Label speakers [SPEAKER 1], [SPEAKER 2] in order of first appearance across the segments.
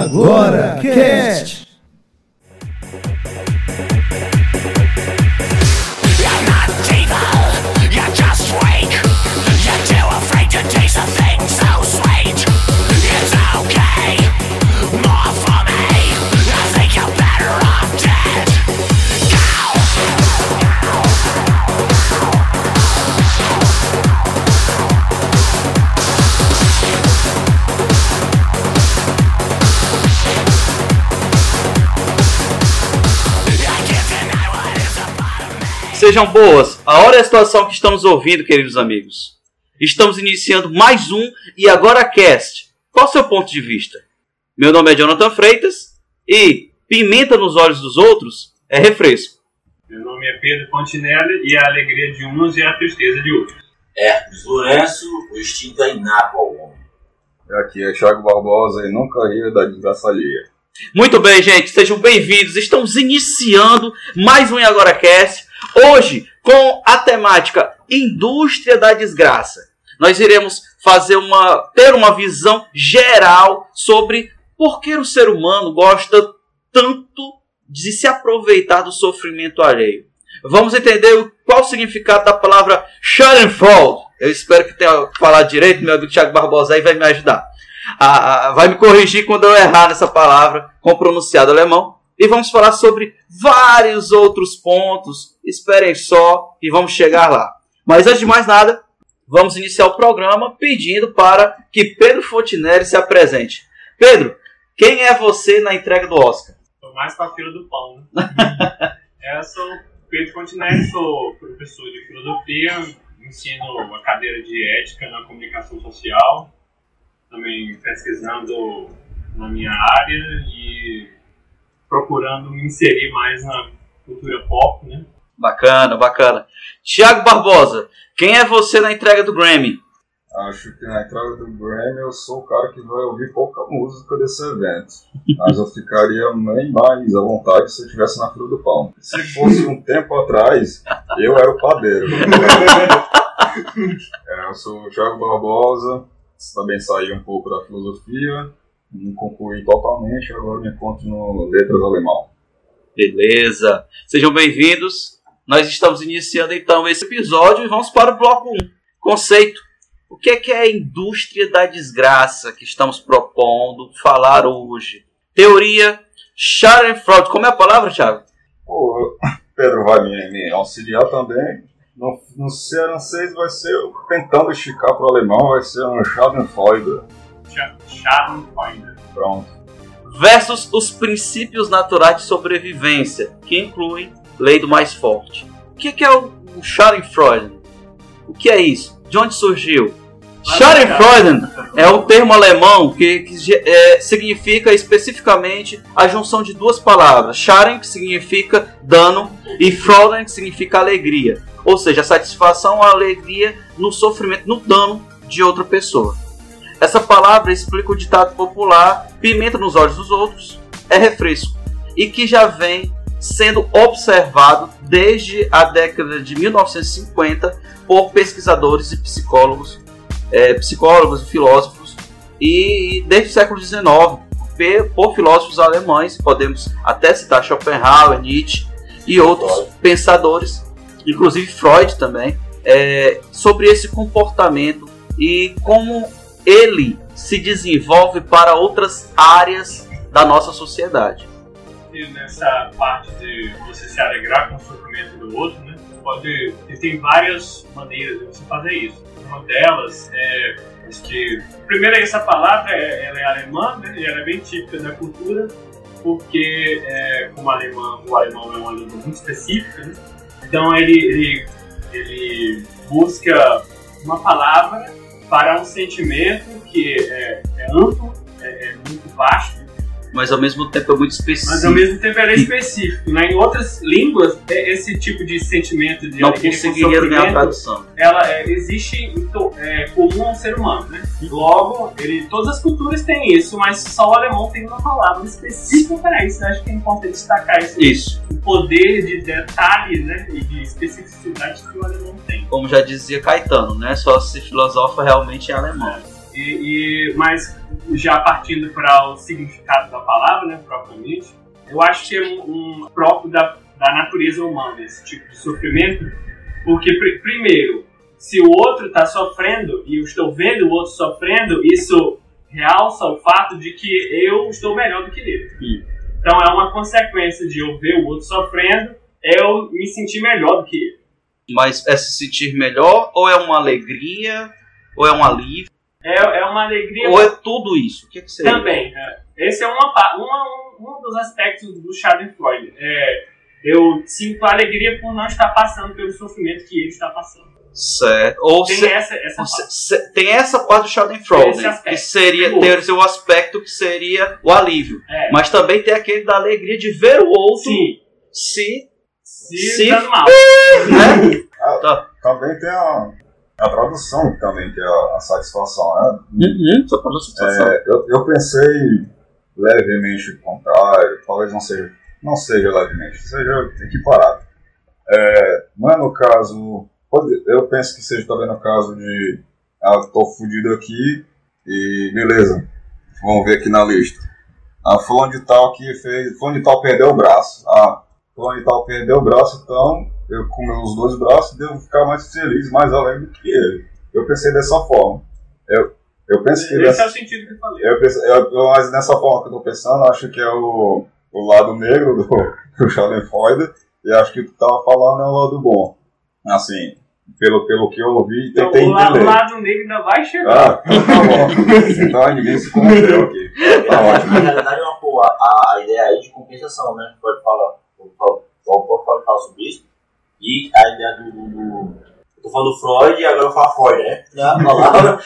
[SPEAKER 1] Agora Cast.
[SPEAKER 2] Sejam boas, a hora e a situação que estamos ouvindo, queridos amigos. Estamos iniciando mais um E Agora Cast. Qual o seu ponto de vista? Meu nome é Jonathan Freitas e pimenta nos olhos dos outros é refresco.
[SPEAKER 3] Meu nome é Pedro Fontinelli e a alegria de uns é a tristeza de outros.
[SPEAKER 4] Hércules Lourenço, o instinto é inato ao homem.
[SPEAKER 5] Aqui é Thiago Barbosa e nunca ria da desgraça alheia.
[SPEAKER 2] Muito bem, gente, sejam bem-vindos. Estamos iniciando mais um E Agora Cast. Hoje, com a temática Indústria da Desgraça, nós iremos ter uma visão geral sobre por que o ser humano gosta tanto de se aproveitar do sofrimento alheio. Vamos entender qual o significado da palavra Schadenfreude. Eu espero que tenha falado direito, meu amigo Thiago Barbosa aí vai me ajudar. Vai me corrigir quando eu errar nessa palavra com pronunciado alemão. E vamos falar sobre vários outros pontos. Esperem só e vamos chegar lá. Mas antes de mais nada, vamos iniciar o programa pedindo para que Pedro Fontinelli se apresente. Pedro, quem é você na entrega do Oscar?
[SPEAKER 3] Estou mais para a fila do pão, né? Eu sou Pedro Fontinelli, sou professor de filosofia, ensino a cadeira de ética na comunicação social, também pesquisando na minha área e procurando me inserir mais na cultura pop, né?
[SPEAKER 2] Bacana. Thiago Barbosa, quem é você na entrega do Grammy?
[SPEAKER 5] Acho que na entrega do Grammy eu sou o cara que vai ouvir pouca música desse evento. Mas eu ficaria bem mais à vontade se eu estivesse na fila do pão. Se fosse um tempo atrás, eu era o padeiro. Eu sou o Thiago Barbosa, também saí um pouco da filosofia. Não concluí totalmente, agora me encontro no Letras Alemão.
[SPEAKER 2] Beleza. Sejam bem-vindos. Nós estamos iniciando então esse episódio e vamos para o bloco 1. Conceito. O que é a indústria da desgraça que estamos propondo falar hoje? Teoria Schadenfreude. Como é a palavra, Thiago?
[SPEAKER 5] Pedro vai me auxiliar também. No francês vai ser, tentando esticar para o alemão, vai ser um Schadenfreude.
[SPEAKER 3] Schadenfreude.
[SPEAKER 5] Pronto.
[SPEAKER 2] Versus os princípios naturais de sobrevivência, que incluem lei do mais forte. O que é o Schadenfreude? O que é isso? De onde surgiu? Schadenfreude é um termo alemão que significa especificamente a junção de duas palavras. Schaden, que significa dano, e Freuden, que significa alegria. Ou seja, a satisfação, a alegria no sofrimento, no dano de outra pessoa. Essa palavra explica o ditado popular: pimenta nos olhos dos outros é refresco, e que já vem sendo observado desde a década de 1950 por pesquisadores e psicólogos e filósofos, e desde o século XIX por filósofos alemães. Podemos até citar Schopenhauer, Nietzsche e outros pensadores, inclusive Freud também, sobre esse comportamento e como ele se desenvolve para outras áreas da nossa sociedade.
[SPEAKER 3] E nessa parte de você se alegrar com o sofrimento do outro, né? Tem várias maneiras de você fazer isso. Uma delas acho que, primeiro, essa palavra ela é alemã, né? E ela é bem típica da cultura, porque como o alemão é uma língua muito específica, né? Então ele busca uma palavra para um sentimento que é amplo, é muito vasto,
[SPEAKER 2] mas ao mesmo tempo é muito específico.
[SPEAKER 3] Mas ao mesmo tempo ele é específico, né? Em outras línguas, esse tipo de sentimento de
[SPEAKER 2] não conseguiria ganhar a tradução.
[SPEAKER 3] Ela existe comum ao ser humano, né? Logo, todas as culturas têm isso, mas só o alemão tem uma palavra específica para isso. Eu acho que é importante destacar isso. O poder de detalhe, né? E de especificidade que o alemão tem.
[SPEAKER 2] Como já dizia Caetano, né? Só se filosofa realmente em alemão.
[SPEAKER 3] Mas já partindo para o significado da palavra, né, propriamente, eu acho que é um próprio da natureza humana esse tipo de sofrimento, porque primeiro, se o outro está sofrendo e eu estou vendo o outro sofrendo, isso realça o fato de que eu estou melhor do que ele. Então é uma consequência de eu ver o outro sofrendo, eu me sentir melhor do que ele. Mas
[SPEAKER 2] é se sentir melhor, ou é uma alegria, ou é um alívio?
[SPEAKER 3] É uma alegria...
[SPEAKER 2] Ou é tudo isso? O que seria?
[SPEAKER 3] Também. Esse é um dos aspectos do Schadenfreude. Eu sinto alegria por não estar passando pelo sofrimento que ele está passando.
[SPEAKER 2] Certo. Ou tem essa parte do Schadenfreude, que seria ter o aspecto que seria o alívio. Mas também tem aquele da alegria de ver o outro se dando mal. Né?
[SPEAKER 5] Também tem a tradução também, que é a satisfação, né?
[SPEAKER 2] Satisfação.
[SPEAKER 5] Eu pensei levemente o contrário, talvez não seja levemente, seja equiparado. Não é no caso, eu penso que seja também no caso de tô fudido aqui e beleza, vamos ver aqui na lista. Fulano de tal perdeu o braço. Fulano de tal perdeu o braço, então eu com meus 2 braços devo ficar mais feliz, mais alegre do que ele. Eu pensei dessa forma. Eu penso que
[SPEAKER 3] esse é o sentido que eu falei.
[SPEAKER 5] Mas nessa forma que eu estou pensando, acho que é o lado negro do Schadenfreude, e acho que o que tu estava falando é o lado bom. Assim, pelo que eu ouvi, tentei entender.
[SPEAKER 3] O lado negro ainda vai chegar.
[SPEAKER 5] Tá bom. Então ninguém se conheceu aqui. Tá ótimo.
[SPEAKER 4] Na realidade, a ideia aí de compensação, né? Pode falar sobre isso. E a ideia eu tô falando do Freud e agora eu falo Freud, né? A palavra.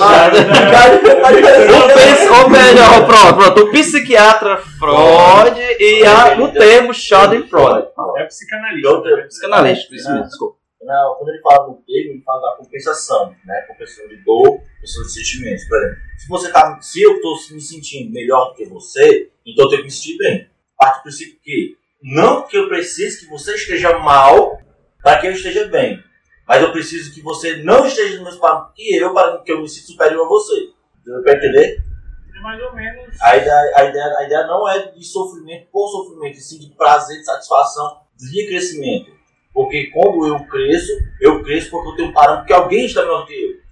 [SPEAKER 2] Ou melhor, pronto. O psiquiatra Freud e o termo Schadenfreude.
[SPEAKER 3] É psicanalista.
[SPEAKER 2] Psicanalista, isso mesmo, desculpa.
[SPEAKER 4] Quando ele fala do termo, ele fala da compensação, né? Compensação de dor, compensação de sentimentos. Por exemplo, se eu estou me sentindo melhor do que você, então eu tenho que me sentir bem. Parte do princípio que não que eu precise que você esteja mal para que eu esteja bem, mas eu preciso que você não esteja no mesmo patamar que eu para que eu me sinta superior a você. Deu para entender?
[SPEAKER 3] É mais ou menos.
[SPEAKER 4] A ideia não é de sofrimento por sofrimento, e sim de prazer, de satisfação, de crescimento. Porque quando eu cresço porque eu tenho um parâmetro que alguém está melhor que eu.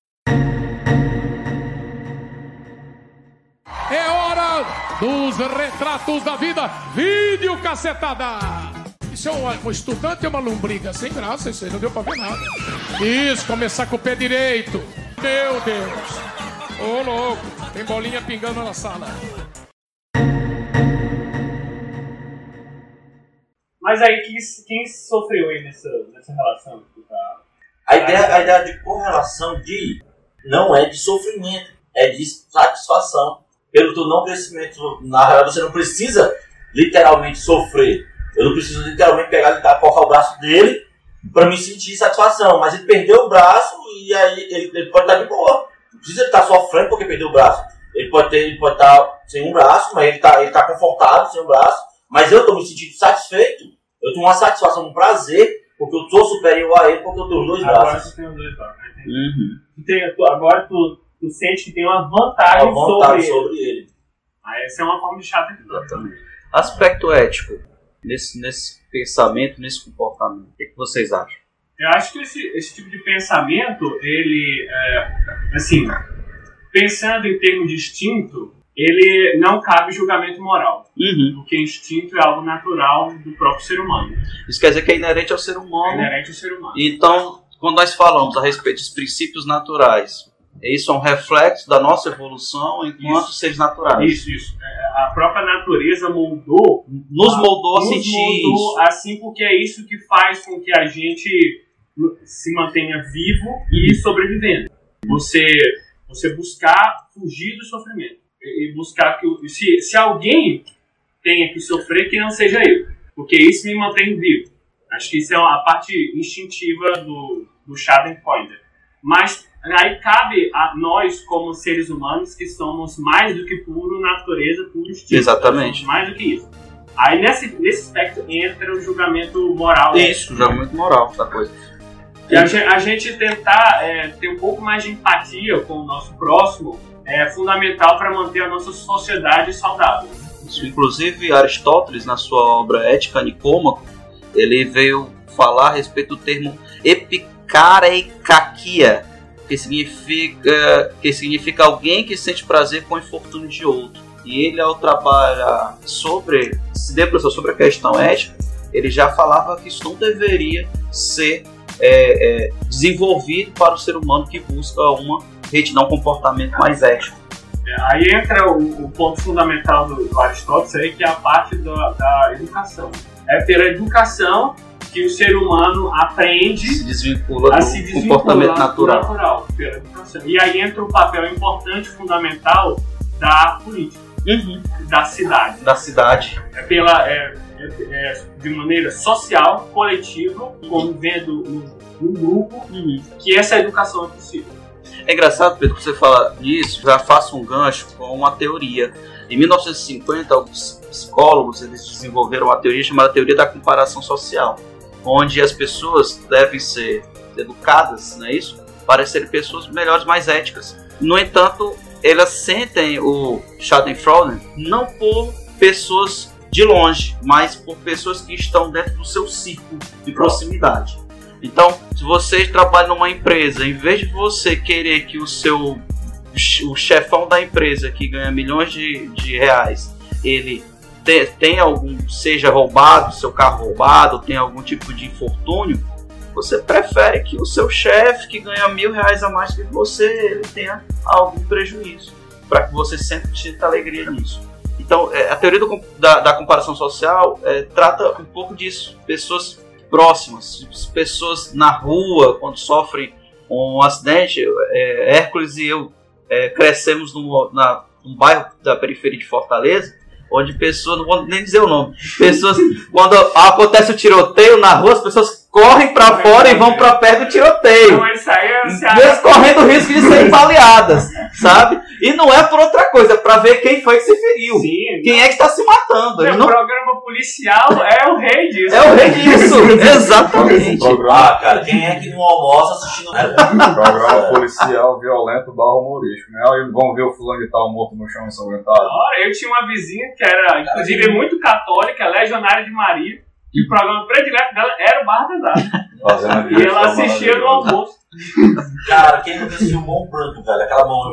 [SPEAKER 6] É hora dos retratos da vida. Vídeo cacetada. Isso é um estudante, é uma lombriga sem graça, isso aí não deu pra ver nada. Isso, começar com o pé direito. Meu Deus. Ô, louco, tem bolinha pingando na sala.
[SPEAKER 3] Mas aí, quem sofreu aí nessa relação?
[SPEAKER 4] A ideia de correlação não é de sofrimento, é de satisfação. Pelo teu não crescimento, na realidade você não precisa literalmente sofrer. Eu não preciso literalmente cortar o braço dele para me sentir satisfação. Mas ele perdeu o braço e aí ele pode estar de boa. Não precisa ele estar sofrendo porque perdeu o braço. Ele pode estar sem um braço, mas ele tá confortável sem o braço. Mas eu estou me sentindo satisfeito. Eu tenho uma satisfação, um prazer, porque eu sou superior a ele, porque eu tenho os 2 braços.
[SPEAKER 3] Agora tu tem os 2 braços. Agora tu sente que tem uma vantagem sobre ele. Aí essa é uma forma de chato.
[SPEAKER 2] Exatamente. Aspecto ético, nesse pensamento, nesse comportamento, o que vocês acham?
[SPEAKER 3] Eu acho que esse tipo de pensamento, ele, assim, pensando em termos de instinto, ele não cabe julgamento moral. Porque instinto é algo natural do próprio ser humano.
[SPEAKER 2] Isso quer dizer que é inerente ao ser humano.
[SPEAKER 3] É inerente ao ser humano.
[SPEAKER 2] Então, quando nós falamos a respeito dos princípios naturais, isso é um reflexo da nossa evolução enquanto seres naturais.
[SPEAKER 3] Isso. A própria natureza nos moldou a sentir isso. Assim, porque é isso que faz com que a gente se mantenha vivo e sobrevivendo. Você buscar fugir do sofrimento. E buscar que se alguém tenha que sofrer, que não seja eu, porque isso me mantém vivo. Acho que isso é a parte instintiva do Schadenfreude. Mas aí cabe a nós, como seres humanos, que somos mais do que puro natureza, puro instinto.
[SPEAKER 2] Exatamente.
[SPEAKER 3] Mais do que isso. Aí nesse aspecto entra o julgamento moral.
[SPEAKER 2] Isso, o julgamento moral da coisa.
[SPEAKER 3] E a gente tentar ter um pouco mais de empatia com o nosso próximo é fundamental para manter a nossa sociedade saudável.
[SPEAKER 2] Isso, inclusive, Aristóteles, na sua obra Ética Nicômaco, ele veio falar a respeito do termo epicareikakia, que significa alguém que sente prazer com o infortúnio de outro. E ele, ao trabalhar se debruçou sobre a questão ética, ele já falava que isso não deveria ser desenvolvido para o ser humano que busca um comportamento mais ético.
[SPEAKER 3] Aí entra o ponto fundamental do Aristóteles, aí, que é a parte da educação. É pela educação que o ser humano aprende
[SPEAKER 2] se desvincula do comportamento natural.
[SPEAKER 3] Pela educação. E aí entra o papel importante, fundamental da política, da cidade. De maneira social, coletiva, convivendo no grupo, que essa educação é possível.
[SPEAKER 2] É engraçado, Pedro, que você fala disso, já faço um gancho com uma teoria. Em 1950, alguns psicólogos eles desenvolveram uma teoria chamada teoria da comparação social, onde as pessoas devem ser educadas, não é isso? Para serem pessoas melhores, mais éticas. No entanto, elas sentem o Schadenfreude não por pessoas de longe, mas por pessoas que estão dentro do seu círculo de proximidade. Então, se você trabalha numa empresa, em vez de você querer que o chefão da empresa, que ganha milhões de reais, ele seja roubado, seu carro roubado, tenha algum tipo de infortúnio, você prefere que o seu chefe, que ganha R$1.000 a mais que você, ele tenha algum prejuízo, para que você sempre sinta alegria nisso. Então, a teoria da comparação social trata um pouco disso. Pessoas próximas, pessoas na rua, quando sofrem um acidente. Hércules e eu crescemos num bairro da periferia de Fortaleza, onde pessoas, não vou nem dizer o nome, pessoas, quando acontece o tiroteio na rua, as pessoas correm pra fora e vão pra perto do tiroteio.
[SPEAKER 3] Não, isso aí
[SPEAKER 2] correndo o risco de serem baleadas, sabe? E não é por outra coisa, é pra ver quem foi que se feriu.
[SPEAKER 3] Sim,
[SPEAKER 2] quem é que está se matando.
[SPEAKER 3] O programa policial é o rei disso.
[SPEAKER 2] É o rei disso, exatamente.
[SPEAKER 4] Cara, quem é que não almoça assistindo
[SPEAKER 5] programa policial violento / humorístico, né? Aí vão ver o fulano de tal morto no chão ensanguentado.
[SPEAKER 3] Eu tinha uma vizinha que era, inclusive, muito católica, legionária de Maria, e o programa predileto dela era o Bar das E ela assistia no almoço.
[SPEAKER 4] Cara, quem nunca assistiu Mão Branco, velho? Aquela mão.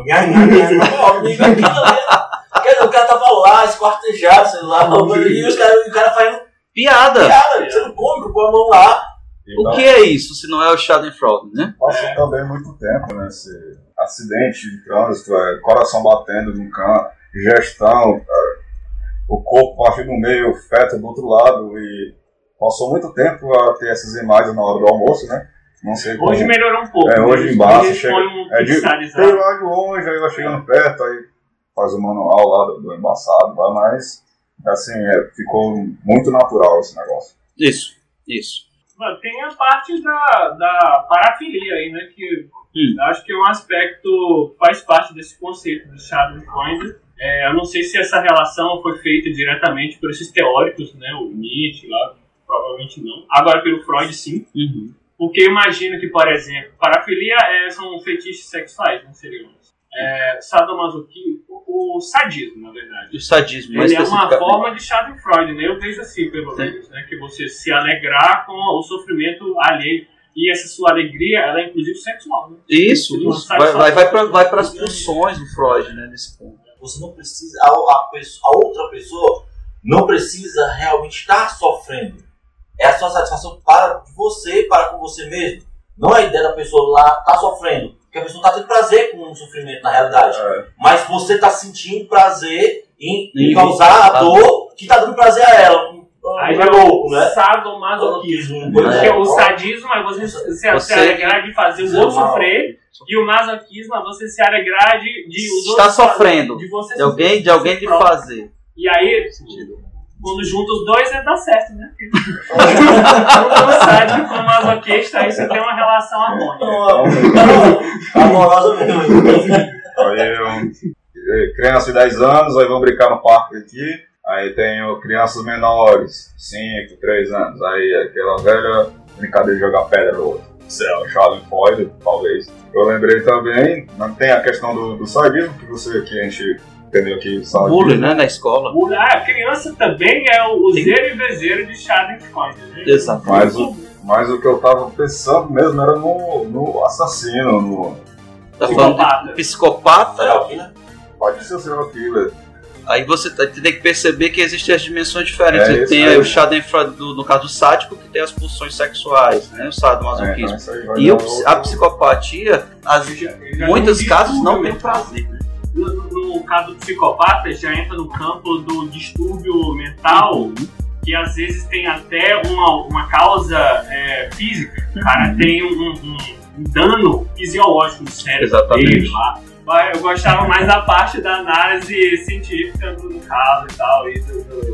[SPEAKER 4] O cara tava lá, esquartejado, sei lá, e o cara fazendo
[SPEAKER 2] piada.
[SPEAKER 4] Sendo cômico com a mão lá.
[SPEAKER 2] O que é isso, se não é o Schadenfreude, né?
[SPEAKER 5] Passou também muito tempo, né? Esse acidente de trânsito, coração batendo no canto, gestão, o corpo partindo no meio, o feto do outro lado, e passou muito tempo a ter essas imagens na hora do almoço, né? Não sei como.
[SPEAKER 3] Hoje melhorou um pouco.
[SPEAKER 5] Hoje embaixo chega.
[SPEAKER 3] Tem
[SPEAKER 5] lá de longe, aí vai chegando perto, aí faz o manual lá do embaçado, mas assim, ficou muito natural esse negócio.
[SPEAKER 2] Isso.
[SPEAKER 3] Tem a parte da parafilia aí, né? Que acho que é um aspecto, faz parte desse conceito do Schadenfreude. Eu não sei se essa relação foi feita diretamente por esses teóricos, né? O Nietzsche lá, provavelmente não. Agora pelo Freud, sim. Porque eu imagino que, por exemplo, parafilia são fetiches sexuais, não seriam? Sadomasoquismo, o sadismo, na verdade.
[SPEAKER 2] O sadismo,
[SPEAKER 3] ele é uma forma de Schadenfreude, né? Eu vejo assim, pelo menos, né? Que você se alegrar com o sofrimento alheio. E essa sua alegria, ela é inclusive sexual, né?
[SPEAKER 2] Isso. Vai para as pulsões do Freud, né? Nesse ponto.
[SPEAKER 4] Você não precisa, a outra pessoa não precisa realmente estar sofrendo. É a sua satisfação para você, para com você mesmo. Não é a ideia da pessoa lá estar sofrendo. Porque a pessoa está tendo prazer com o sofrimento, na realidade. Mas você está sentindo prazer em causar a dor que está dando prazer a ela.
[SPEAKER 3] Aí é louco, né? Sadomasoquismo. Porque o sadismo é você se alegrar de fazer o outro sofrer. E o masoquismo é você se alegrar de os
[SPEAKER 2] estar
[SPEAKER 3] outros
[SPEAKER 2] sofrendo.
[SPEAKER 3] De você
[SPEAKER 2] de alguém de fazer.
[SPEAKER 3] E aí, quando junta os dois, dá certo, né? O sádico com o masoquista, aí você tem uma relação harmônica.
[SPEAKER 4] Amorosa mesmo.
[SPEAKER 5] Aí criança de 10 anos, aí vão brincar no parque aqui. Aí tenho crianças menores, 5, 3 anos. Aí aquela velha brincadeira de jogar pedra no outro. sei lá, Schadenfreude, talvez. Eu lembrei também, tem a questão do sadismo, que a gente entendeu aqui.
[SPEAKER 2] Bullying, né, na escola.
[SPEAKER 3] A criança também é o zero e vezeiro de Schadenfreude. Né?
[SPEAKER 2] Exato.
[SPEAKER 5] Mas o que eu tava pensando mesmo era no assassino, no...
[SPEAKER 2] Tá falando de psicopata?
[SPEAKER 5] Pode ser o serial killer.
[SPEAKER 2] Aí você tem que perceber que existem as dimensões diferentes. Tem aí o Schadenfreude, no caso do sádico, que tem as pulsões sexuais, né? O sadomasoquismo. E a psicopatia, em muitos casos, não tem prazer. Né?
[SPEAKER 3] No caso do psicopata, já entra no campo do distúrbio mental, que às vezes tem até uma causa física. O cara tem um dano fisiológico no cérebro.
[SPEAKER 2] Exatamente.
[SPEAKER 3] Dele lá. Eu gostava mais da parte da análise científica do caso e tal, e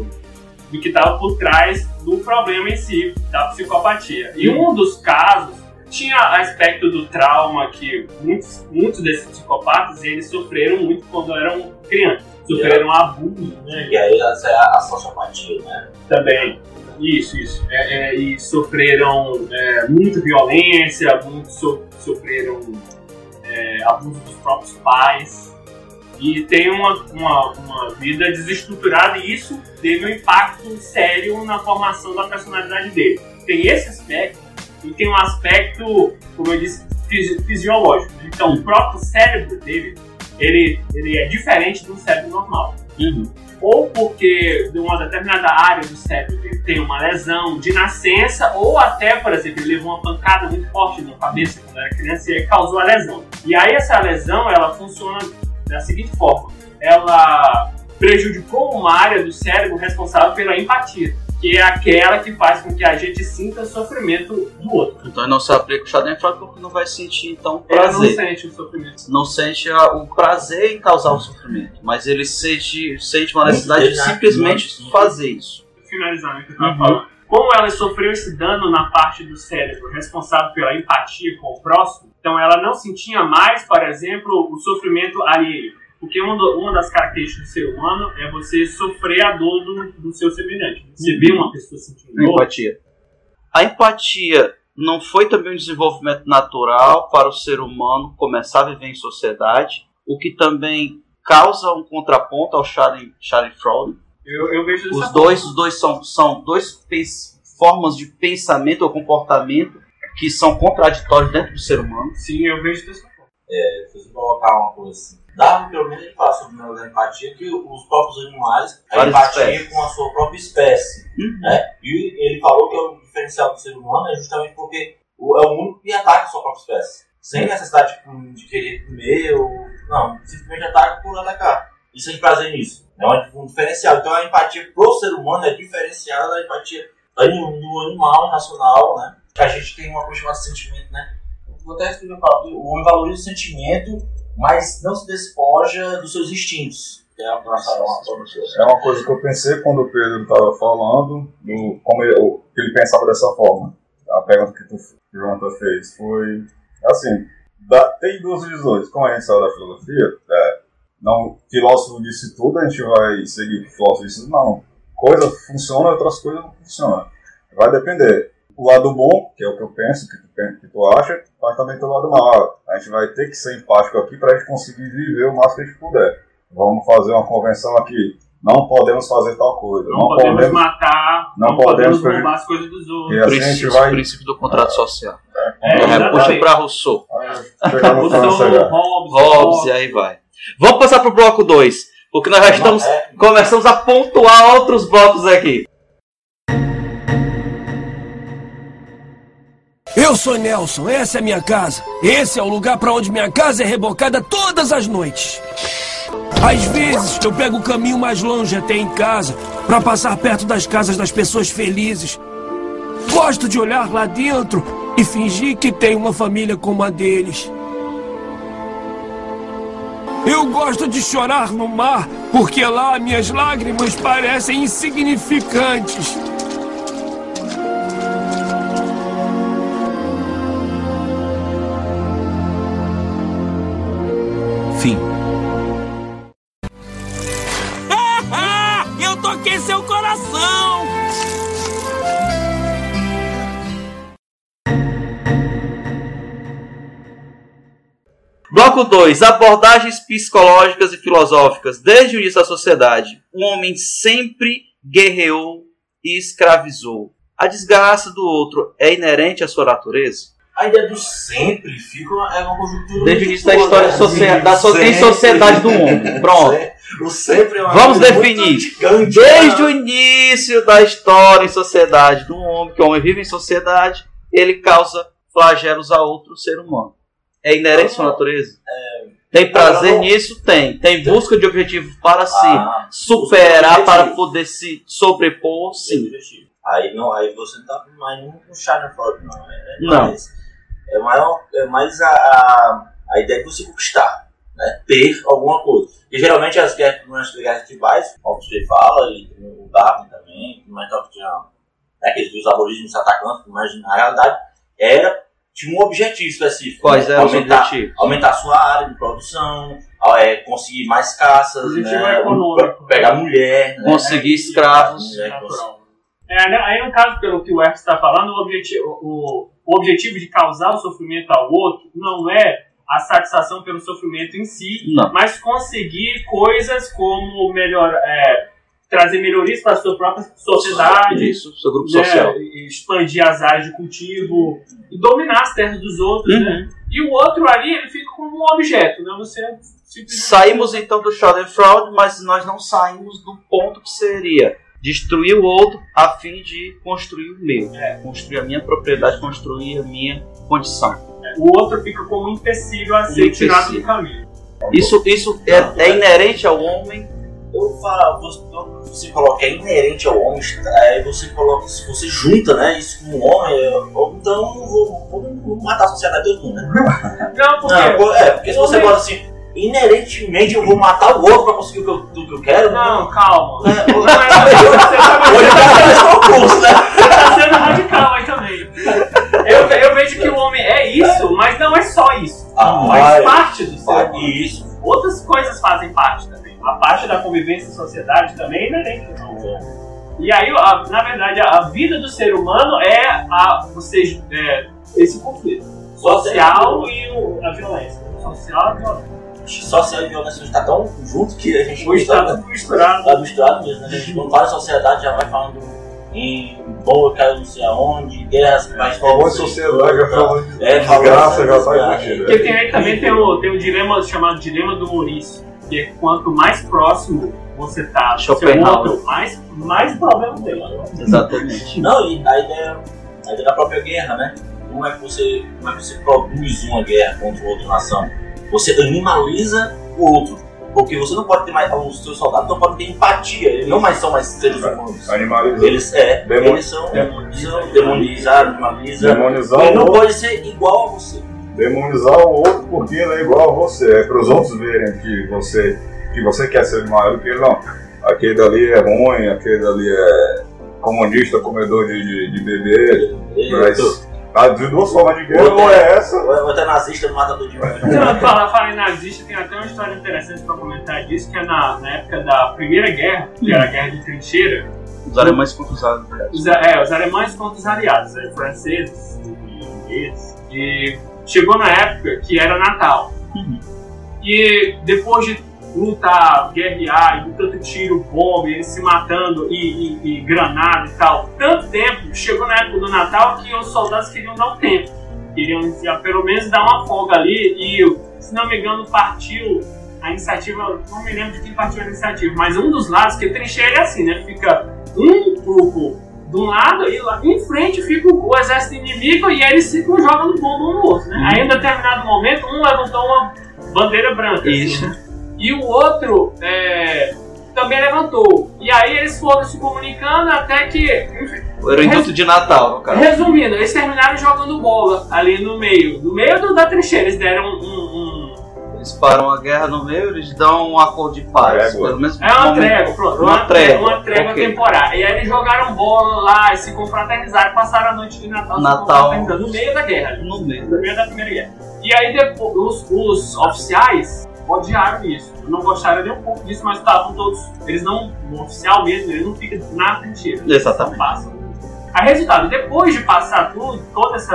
[SPEAKER 3] do que estava por trás do problema em si, da psicopatia. E um dos casos tinha aspecto do trauma que muitos desses psicopatas eles sofreram muito quando eram crianças. Sofreram abuso, né?
[SPEAKER 4] E aí essa é a sociopatia, né?
[SPEAKER 3] Também. Isso. E sofreram muita violência, muitos sofreram abuso dos próprios pais e tem uma vida desestruturada, e isso teve um impacto sério na formação da personalidade dele. Tem esse aspecto e tem um aspecto, como eu disse, fisiológico. Então o próprio cérebro dele ele é diferente do cérebro normal. Ou porque de uma determinada área do cérebro ele tem uma lesão de nascença, ou até, por exemplo, ele levou uma pancada muito forte na cabeça quando era criança e aí causou a lesão. E aí essa lesão, ela funciona da seguinte forma: ela prejudicou uma área do cérebro responsável pela empatia, que é aquela que faz com que a gente sinta o sofrimento do outro.
[SPEAKER 2] Então não se aplica o Schadenfreude porque não vai sentir, então, prazer.
[SPEAKER 3] Ele não sente o sofrimento.
[SPEAKER 2] Não sente o prazer em causar o sofrimento, mas ele sente uma necessidade de simplesmente fazer isso.
[SPEAKER 3] Finalizando o que eu estava falando. Como ela sofreu esse dano na parte do cérebro responsável pela empatia com o próximo, então ela não sentia mais, por exemplo, o sofrimento alheio. Porque uma das características do ser humano é você sofrer a dor do seu semelhante. Você vê uma pessoa sentindo dor.
[SPEAKER 2] Empatia. A empatia não foi também um desenvolvimento natural para o ser humano começar a viver em sociedade, o que também causa um contraponto ao Schadenfreude.
[SPEAKER 3] Eu vejo dessa
[SPEAKER 2] Os dois são duas formas de pensamento ou comportamento que são contraditórios dentro do ser humano.
[SPEAKER 3] Sim, eu vejo dessa forma.
[SPEAKER 4] Se você colocar uma coisa assim, dá pelo menos a gente falar sobre a empatia, que os próprios animais, a empatia com a sua própria espécie, né? E ele falou que o diferencial do ser humano é justamente porque é o único que ataca a sua própria espécie, sem necessidade de querer comer, não, simplesmente ataca por atacar, e sem prazer nisso. É um diferencial. Então a empatia pro ser humano é diferenciada da empatia do animal racional, né? A gente tem uma coisa chamada sentimento, né? Vou até explicar, o homem valoriza o sentimento, mas não se despoja dos seus instintos. É
[SPEAKER 5] uma coisa que eu pensei quando o Pedro estava falando, como ele pensava dessa forma. A pergunta que o Jonathan fez foi assim: tem duas visões. Como a gente saiu da filosofia, não, filósofo disse tudo, a gente vai seguir filósofo disse não. Coisa funciona, outras coisas não funcionam. Vai depender. O lado bom, que é o que eu penso, que tu acha, mas também tem o lado mau. A gente vai ter que ser empático aqui para a gente conseguir viver o máximo que a gente puder. Vamos fazer uma convenção aqui. Não podemos fazer tal coisa.
[SPEAKER 3] Não podemos matar, não podemos roubar as coisas dos outros.
[SPEAKER 2] O princípio do contrato social. Puxa para Rousseau. Hobbes, e aí vai. Vamos passar para o bloco 2, porque nós já começamos a pontuar outros blocos aqui.
[SPEAKER 7] Eu sou Nelson, essa é minha casa. Esse é o lugar para onde minha casa é rebocada todas as noites. Às vezes eu pego o caminho mais longe até em casa para passar perto das casas das pessoas felizes. Gosto de olhar lá dentro e fingir que tenho uma família como a deles. Eu gosto de chorar no mar porque lá minhas lágrimas parecem insignificantes. Fim. Eu toquei seu coração!
[SPEAKER 2] Bloco 2. Abordagens psicológicas e filosóficas. Desde o início da sociedade, o homem sempre guerreou e escravizou. A desgraça do outro é inerente à sua natureza?
[SPEAKER 4] A ideia do sempre é uma conjuntura.
[SPEAKER 2] Desde o início da história em sociedade do homem. Pronto.
[SPEAKER 4] O sempre é uma
[SPEAKER 2] Vamos
[SPEAKER 4] coisa
[SPEAKER 2] definir.
[SPEAKER 4] muito ticante,
[SPEAKER 2] Desde
[SPEAKER 4] né?
[SPEAKER 2] o início da história em sociedade do homem, que o homem vive em sociedade, ele causa flagelos a outro ser humano. É inerente à sua natureza? Tem prazer nisso? Tem. Tem busca de objetivo para se superar, para poder se sobrepor? Sim.
[SPEAKER 4] Aí você não tá mais no Schadenfreude, não.
[SPEAKER 2] Não.
[SPEAKER 4] É mais a ideia de você conquistar, né? Ter alguma coisa. E geralmente as guerras tribais, como você fala, e o Darwin também, mas tinha aqueles dos aborígenes atacando, mas na realidade tinha um objetivo específico.
[SPEAKER 2] Quais eram os objetivos?
[SPEAKER 4] Aumentar a sua área de produção, conseguir mais caças,
[SPEAKER 3] objetivo
[SPEAKER 4] né?
[SPEAKER 3] econômico.
[SPEAKER 4] Pegar mulher, né?
[SPEAKER 2] Conseguir escravos.
[SPEAKER 3] Aí no caso, pelo que o X está falando, o objetivo de causar o sofrimento ao outro não é a satisfação pelo sofrimento em si,
[SPEAKER 2] não.
[SPEAKER 3] Mas conseguir coisas como trazer melhorias para a sua própria sociedade,
[SPEAKER 2] Isso, seu grupo social.
[SPEAKER 3] Expandir as áreas de cultivo e dominar as terras dos outros, né? E o outro ali, ele fica como um objeto, né? Você
[SPEAKER 2] Saímos então do Schadenfreude, mas nós não saímos do ponto que seria destruir o outro a fim de construir o meu. Construir a minha propriedade, construir a minha condição.
[SPEAKER 3] O outro fica como um empecilho a ser tirado do caminho.
[SPEAKER 2] Isso é inerente ao homem.
[SPEAKER 4] Você coloca inerente ao homem, aí você coloca, se você junta, né, isso com o homem, então vou matar a sociedade todo mundo, né?
[SPEAKER 3] Não,
[SPEAKER 4] porque se você bota assim, inerentemente eu vou matar o outro pra conseguir o que eu quero.
[SPEAKER 3] Não, calma.
[SPEAKER 4] Hoje
[SPEAKER 3] você tá sendo radical aí também. Eu vejo que o homem é isso, mas não é só isso. Faz parte do ser humano.
[SPEAKER 4] Isso.
[SPEAKER 3] Outras coisas fazem parte também. A parte da convivência em sociedade também é inerente ao homem. E aí, na verdade, a vida do ser humano é esse conflito social e a violência. Social e violência
[SPEAKER 4] está tão junto que a gente
[SPEAKER 3] hoje está tudo misturado.
[SPEAKER 4] Está misturado mesmo, né? A gente, quando fala em sociedade, já vai falando em bomba, caiu não sei aonde, guerras que vai
[SPEAKER 5] falou em sociedade, já falou de desgraça, já sai curtindo.
[SPEAKER 3] Porque aí também tem um dilema chamado dilema do Maurício, que é quanto mais próximo você tá do seu outro, mais problema tem.
[SPEAKER 2] Exatamente.
[SPEAKER 4] Não, e a ideia da própria guerra, né? Como é que você produz uma guerra contra outra nação? Você animaliza o outro. Porque você não pode ter mais. Os seus soldados não podem ter empatia. Eles não mais são mais seres humanos.
[SPEAKER 5] Animalizar.
[SPEAKER 4] Eles são demonizados, animalizam.
[SPEAKER 5] Demonizar
[SPEAKER 4] ele não pode ser igual a você.
[SPEAKER 5] Demonizar o outro porque ele é igual a você. É para os outros verem que você quer ser maior do que ele. Não. Aquele dali é ruim, aquele dali é comunista, comedor de bebê. Mas de duas formas de guerra, ou é essa.
[SPEAKER 4] Ou é nazista, não mata todo mundo.
[SPEAKER 3] Falar em nazista, tem até uma história interessante para comentar disso, que é na época da Primeira Guerra, que era a Guerra de Trincheira.
[SPEAKER 2] Os alemães contra os aliados.
[SPEAKER 3] Os alemães contra os aliados, franceses e ingleses. E chegou na época que era Natal. E depois de lutar, guerrear, e tanto tiro, bomba, eles se matando e granada e tal, tanto tempo, chegou na época do Natal que os soldados queriam dar um tempo. Queriam pelo menos dar uma folga ali e, se não me engano, partiu a iniciativa, não me lembro de quem partiu a iniciativa, mas um dos lados, que trincheira é assim, né? Fica um grupo de um lado e lá em frente fica o exército inimigo e eles ficam jogando bomba um no outro, né? Aí em determinado momento, um levantou uma bandeira branca.
[SPEAKER 2] Isso.
[SPEAKER 3] Assim, né? E o outro também levantou. E aí eles foram se comunicando até que...
[SPEAKER 2] Era o intuito de Natal, no caso.
[SPEAKER 3] Resumindo, eles terminaram jogando bola ali no meio da trincheira. Eles deram
[SPEAKER 2] Eles param a guerra no meio, eles dão um acordo de paz. Pelo menos
[SPEAKER 3] uma trégua, pronto. Uma trégua temporária. E aí eles jogaram bola lá, se confraternizaram, passaram a noite de Natal se confraternizando no meio da guerra. No meio da Primeira Guerra. E aí depois os oficiais odiaram isso. Não gostaram nem um pouco disso, mas estavam todos... Eles não... O oficial mesmo, ele não fica na trincheira.
[SPEAKER 2] Exatamente.
[SPEAKER 3] A resultado, depois de passar toda essa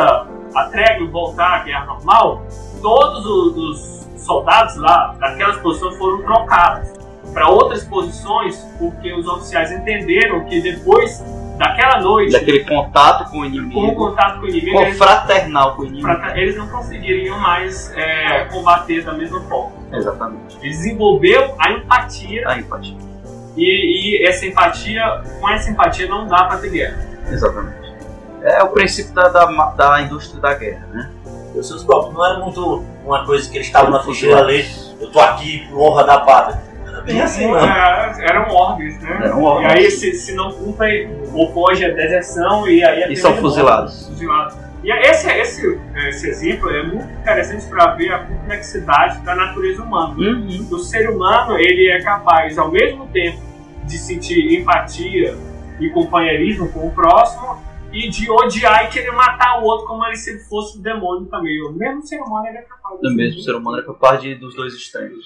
[SPEAKER 3] a trégua e voltar à guerra normal, todos os soldados lá daquelas posições foram trocados para outras posições, porque os oficiais entenderam que depois daquela noite,
[SPEAKER 2] daquele contato com o inimigo, confraternal com o inimigo,
[SPEAKER 3] eles não conseguiriam mais combater da mesma forma.
[SPEAKER 2] Exatamente.
[SPEAKER 3] Ele desenvolveu a empatia. E com essa empatia não dá para ter guerra.
[SPEAKER 2] Exatamente. É o princípio da indústria da guerra, né?
[SPEAKER 4] Os seus próprios não era muito uma coisa que eles estavam na trincheira ali, eu tô aqui por honra da pátria. Era bem assim, mano.
[SPEAKER 3] Eram ordens, né? E aí, se não cumpre, ou foge a deserção, e aí...
[SPEAKER 2] E são fuzilados.
[SPEAKER 3] E esse exemplo é muito interessante para ver a complexidade da natureza humana. O ser humano, ele é capaz, ao mesmo tempo, de sentir empatia e companheirismo com o próximo, e de odiar e querer matar o outro como se ele fosse um demônio também. O mesmo ser humano é capaz
[SPEAKER 2] disso. O mesmo ser humano é capaz dos dois extremos.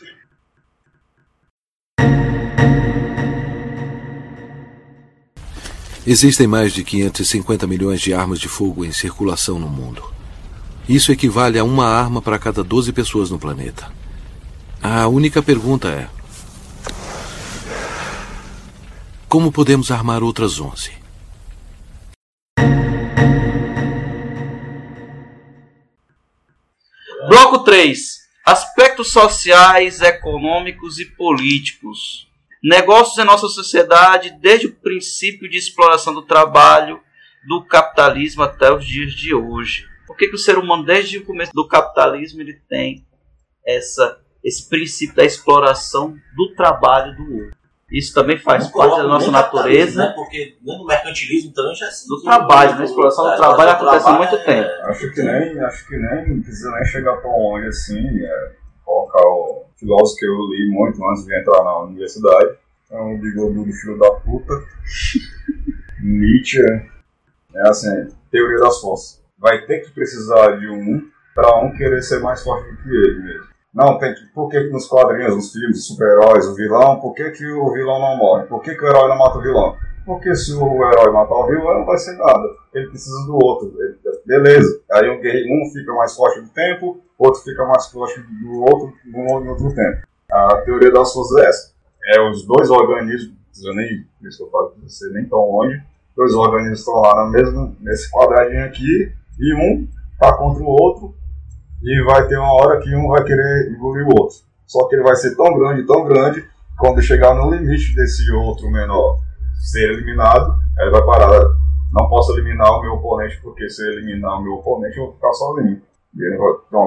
[SPEAKER 8] Existem mais de 550 milhões de armas de fogo em circulação no mundo. Isso equivale a uma arma para cada 12 pessoas no planeta. A única pergunta é: como podemos armar outras 11?
[SPEAKER 2] Bloco 3. Aspectos sociais, econômicos e políticos. Negócios em nossa sociedade desde o princípio de exploração do trabalho, do capitalismo até os dias de hoje. Por que o ser humano, desde o começo do capitalismo, ele tem esse princípio da exploração do trabalho do outro? Isso também faz parte da nossa natureza.
[SPEAKER 4] Né? Porque no mercantilismo também já se
[SPEAKER 2] do trabalho, né? A exploração do trabalho acontece há muito tempo.
[SPEAKER 5] Acho que nem precisa nem chegar tão longe assim. Colocar o filósofo que eu li muito antes de entrar na universidade. É um bigodudo filho da puta. Nietzsche. É assim, teoria das forças. Vai ter que precisar de para um querer ser mais forte do que ele mesmo. Não, por que nos quadrinhos, nos filmes, os super-heróis, o vilão, por que o vilão não morre? Por que o herói não mata o vilão? Porque se o herói matar o vilão, não vai ser nada. Ele precisa do outro. Beleza. Aí um fica mais forte no tempo, o outro fica mais forte do outro no outro tempo. A teoria das forças é essa. Os dois organismos, não precisa nem, isso que eu falo pra você, nem tão longe, dois organismos estão lá nesse quadradinho aqui, e um tá contra o outro, e vai ter uma hora que um vai querer engolir o outro. Só que ele vai ser tão grande, quando chegar no limite desse outro menor ser eliminado, ele vai parar. Não posso eliminar o meu oponente, porque se eu eliminar o meu oponente, eu vou ficar sozinho. E ele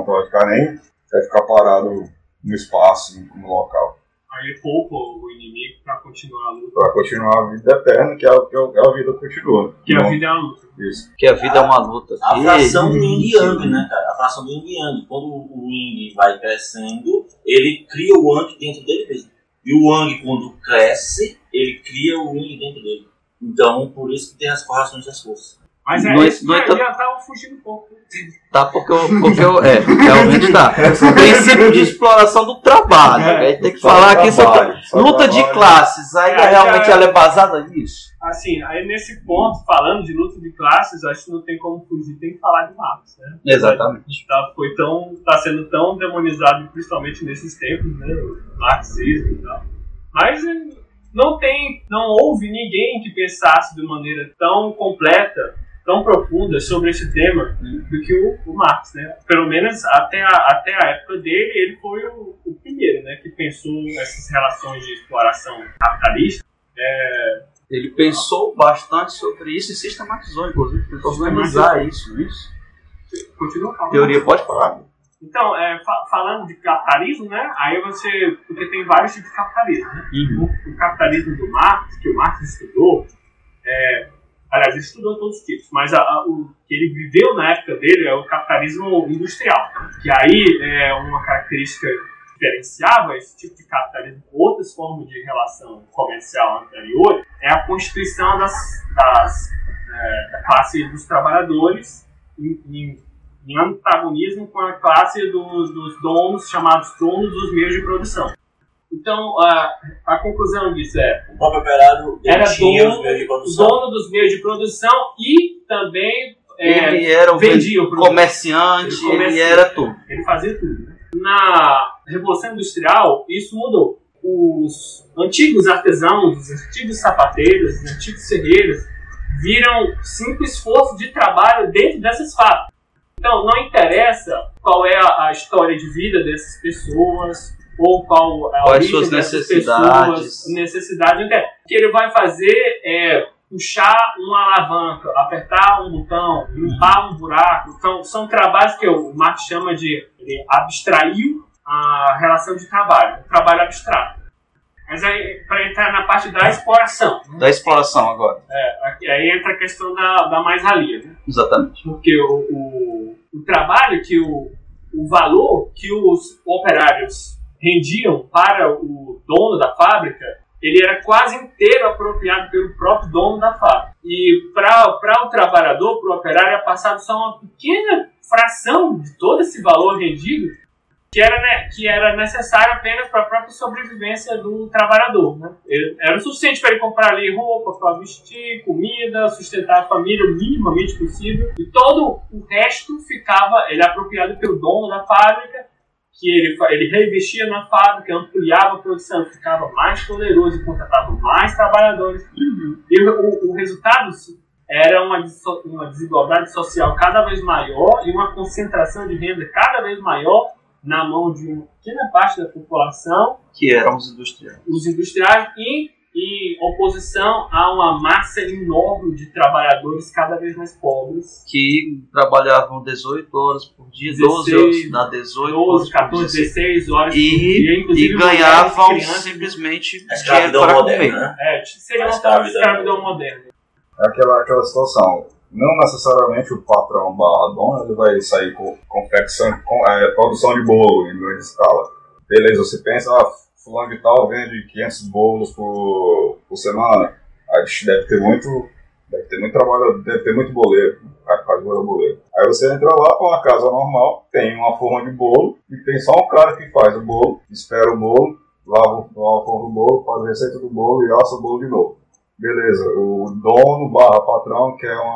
[SPEAKER 5] vai ficar parado no espaço, no local.
[SPEAKER 3] Aí poupa o inimigo para continuar a luta.
[SPEAKER 5] Para continuar a vida eterna, que a vida continua.
[SPEAKER 3] Que a vida é uma luta.
[SPEAKER 5] Isso.
[SPEAKER 2] Que a vida é uma luta.
[SPEAKER 4] A fração do Yin e Yang, né, cara? A fração do Yin e Yang. Quando o Yin vai crescendo, ele cria o Yang dentro dele mesmo. E o Yang, quando cresce, ele cria o Yin dentro dele. Então, por isso que tem as correlações das forças.
[SPEAKER 3] Mas já tá fugindo um pouco.
[SPEAKER 2] Tá, porque realmente tá. O princípio de exploração do trabalho. Aí tem que falar aqui sobre luta de classes. Aí realmente ela é baseada nisso.
[SPEAKER 3] Assim, aí nesse ponto, falando de luta de classes, acho que não tem como fugir, tem que falar de Marx, né?
[SPEAKER 2] Exatamente.
[SPEAKER 3] Tá sendo tão demonizado, principalmente nesses tempos, né? O marxismo e tal. Mas não houve ninguém que pensasse de maneira tão completa, tão profunda sobre esse tema do que o Marx, né? Pelo menos até a época dele, ele foi o primeiro, né, que pensou essas relações de exploração capitalista.
[SPEAKER 2] Ele pensou bastante sobre isso e sistematizou, inclusive, tentou organizar isso.
[SPEAKER 3] Continua falando.
[SPEAKER 2] Teoria, pode falar.
[SPEAKER 3] Então, falando de capitalismo, né? Aí porque tem vários tipos de capitalismo, né? O capitalismo do Marx, que o Marx estudou, aliás, ele estudou todos os tipos, mas o que ele viveu na época dele é o capitalismo industrial, que aí uma característica que diferenciava esse tipo de capitalismo com outras formas de relação comercial anterior é a constituição da classe dos trabalhadores em antagonismo com a classe dos donos, chamados donos dos meios de produção. Então, a conclusão disso
[SPEAKER 4] o próprio operário
[SPEAKER 3] era
[SPEAKER 4] dono dos meios de produção.
[SPEAKER 3] Dono dos meios de produção e também
[SPEAKER 2] ele era o comerciante, ele era tudo.
[SPEAKER 3] Ele fazia tudo. Na Revolução Industrial, isso mudou. Os antigos artesãos, os antigos sapateiros, os antigos serreiros viram simples esforço de trabalho dentro dessas fábricas. Então, não interessa qual é a história de vida dessas pessoas ou qual a origem
[SPEAKER 2] suas
[SPEAKER 3] dessas
[SPEAKER 2] necessidades.
[SPEAKER 3] pessoas, necessidade. O que ele vai fazer é puxar uma alavanca, apertar um botão, limpar um buraco. Então, são trabalhos que o Marx chama de... Ele abstraiu a relação de trabalho, o trabalho abstrato. Mas aí, para entrar na parte da exploração. Né?
[SPEAKER 2] Da exploração agora.
[SPEAKER 3] Aí entra a questão da mais-valia. Né?
[SPEAKER 2] Exatamente.
[SPEAKER 3] Porque o trabalho, o valor que os operários rendiam para o dono da fábrica, ele era quase inteiro apropriado pelo próprio dono da fábrica. E para o trabalhador, para o operário, é passado só uma pequena fração de todo esse valor rendido que era necessário apenas para a própria sobrevivência do trabalhador. Né? Era o suficiente para ele comprar ali roupa, para vestir, comida, sustentar a família o minimamente possível. E todo o resto ficava apropriado pelo dono da fábrica, que ele reinvestia na fábrica, ampliava a produção, ficava mais poderoso e contratava mais trabalhadores. E o resultado era uma desigualdade social cada vez maior e uma concentração de renda cada vez maior na mão de uma pequena parte da população,
[SPEAKER 2] que eram os industriais.
[SPEAKER 3] Os industriais em oposição a uma massa enorme de trabalhadores cada vez mais pobres.
[SPEAKER 2] Que trabalhavam 18 horas por dia, 12 horas, na 18
[SPEAKER 3] 12, 14, 16 horas por dia.
[SPEAKER 2] E ganhavam simplesmente
[SPEAKER 4] escravidão moderna.
[SPEAKER 3] Né? Seria uma escravidão moderna.
[SPEAKER 5] É aquela situação. Não necessariamente o patrão barra dono ele vai sair com produção de bolo em grande escala. Beleza, você pensa, fulano de tal vende 500 bolos por semana. Aí deve ter muito trabalho, deve ter muito boleiro. O cara que faz boleiro. Aí você entra lá com uma casa normal, tem uma forma de bolo e tem só um cara que faz o bolo, espera o bolo, lava a forma do bolo, faz a receita do bolo e assa o bolo de novo. Beleza, o dono barra patrão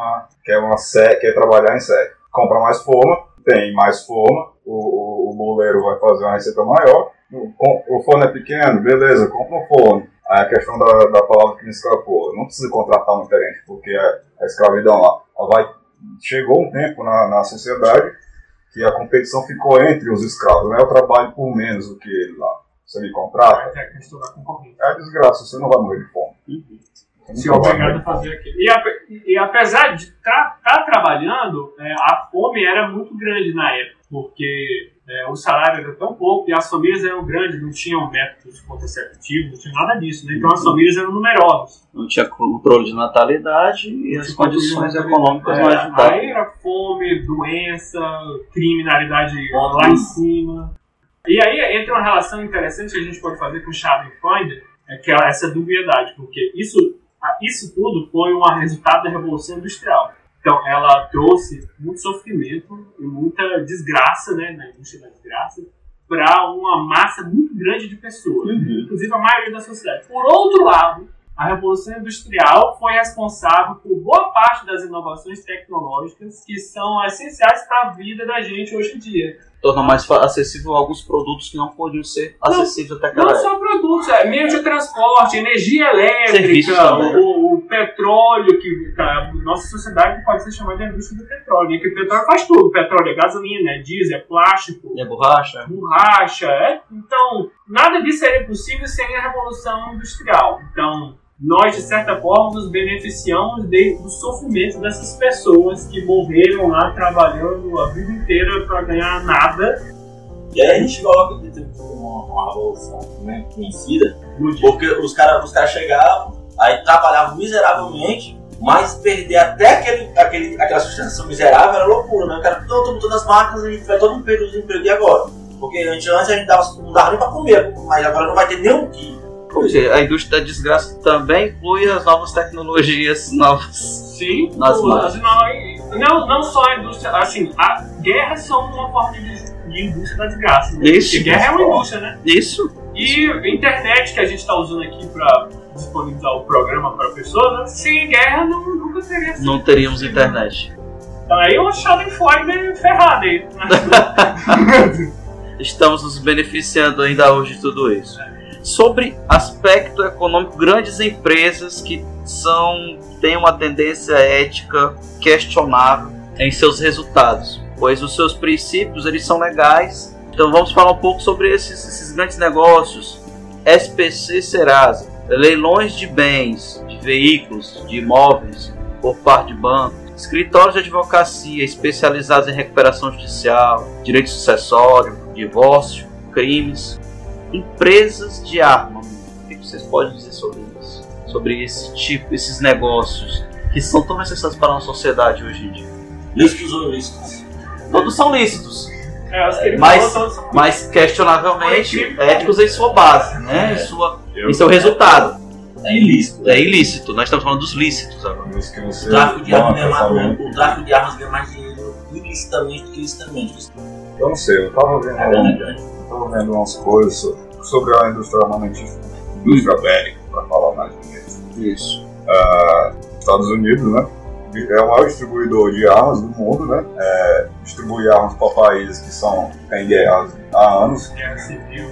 [SPEAKER 5] quer trabalhar em série. Compra mais forma, tem mais forma, o boleiro vai fazer uma receita maior, o forno é pequeno, beleza, compra um forno. Aí a questão da palavra que me escapou, não precisa contratar muita gente, porque a escravidão lá, chegou um tempo na sociedade que a competição ficou entre os escravos, né? Eu trabalho por menos do que ele lá. Você me contrata?
[SPEAKER 3] É a questão da concorrência.
[SPEAKER 5] É a desgraça, você não vai morrer de fome.
[SPEAKER 3] Se obrigado a fazer aquilo. E apesar de estar trabalhando, a fome era muito grande na época, porque o salário era tão pouco e as famílias eram grandes, não tinham métodos contraceptivos, não tinha nada disso, né? Então as famílias eram numerosas.
[SPEAKER 2] Não tinha controle de natalidade e as condições econômicas não ajudavam.
[SPEAKER 3] Aí era fome, doença, criminalidade lá em cima. E aí entra uma relação interessante que a gente pode fazer com o Schadenfreude, que é essa dubiedade, porque isso tudo foi um resultado da Revolução Industrial. Então, ela trouxe muito sofrimento e muita desgraça, né, na indústria da desgraça, para uma massa muito grande de pessoas, inclusive a maioria da sociedade. Por outro lado, a Revolução Industrial foi responsável por boa parte das inovações tecnológicas que são essenciais para a vida da gente hoje em dia.
[SPEAKER 2] Torna mais acessível alguns produtos que não podiam ser acessíveis até aquela época.
[SPEAKER 3] Não só produtos, meio de transporte, energia elétrica, o petróleo, que nossa sociedade pode ser chamada de indústria do petróleo, né? Que o petróleo faz tudo, o petróleo é gasolina, é diesel, é plástico,
[SPEAKER 2] é borracha.
[SPEAKER 3] Então, nada disso seria possível sem a Revolução Industrial. Então, nós, de certa forma, nos beneficiamos do sofrimento dessas pessoas que morreram lá trabalhando a vida inteira para ganhar nada.
[SPEAKER 4] E aí a gente coloca que tem uma revolução, né, conhecida, porque os caras chegavam, aí trabalhavam miseravelmente, mas perder até aquela sustentação miserável era loucura, né? O cara, tô botando as máquinas, a gente vai todo mundo perder o desemprego, e agora? Porque antes a gente não dava nem para comer, mas agora não vai ter nem um dia.
[SPEAKER 2] Ou seja, a indústria da desgraça também inclui as novas tecnologias novas.
[SPEAKER 3] Sim,
[SPEAKER 2] nas máquinas.
[SPEAKER 3] Não só a indústria, assim, a guerra são uma forma de indústria da desgraça. Né?
[SPEAKER 2] Isso.
[SPEAKER 3] Porque guerra é uma indústria, né?
[SPEAKER 2] Isso.
[SPEAKER 3] E a internet que a gente está usando aqui para disponibilizar o programa para a pessoa, né? Sem guerra nunca teria sido.
[SPEAKER 2] Não teríamos internet.
[SPEAKER 3] Então aí o Schadenfreude ferrado aí.
[SPEAKER 2] Estamos nos beneficiando ainda hoje de tudo isso. Sobre aspecto econômico, grandes empresas que têm uma tendência ética questionável em seus resultados, pois os seus princípios eles são legais. Então vamos falar um pouco sobre esses grandes negócios. SPC Serasa, leilões de bens, de veículos, de imóveis por parte de bancos, escritórios de advocacia especializados em recuperação judicial, direito sucessório, divórcio, crimes, empresas de armamento. O que vocês podem dizer sobre isso? Sobre esses negócios que são tão necessários para a nossa sociedade hoje em dia?
[SPEAKER 4] Lícitos ou ilícitos?
[SPEAKER 2] Todos são lícitos.
[SPEAKER 3] Os que ele
[SPEAKER 2] mas,
[SPEAKER 3] falou, todos são
[SPEAKER 2] mas questionavelmente éticos em sua base, né? Em seu resultado.
[SPEAKER 4] É ilícito.
[SPEAKER 2] É ilícito. Nós estamos falando dos lícitos agora.
[SPEAKER 4] O tráfico de armas ganha mais dinheiro ilicitamente do que ilicitamente.
[SPEAKER 5] Eu não sei, eu tava vendo umas coisas sobre a indústria armamentista, indústria bélica, para falar mais bonito.
[SPEAKER 2] Isso.
[SPEAKER 5] Estados Unidos, né? É o maior distribuidor de armas do mundo, né? Distribui armas para países que têm guerras há anos.
[SPEAKER 3] Guerra civil,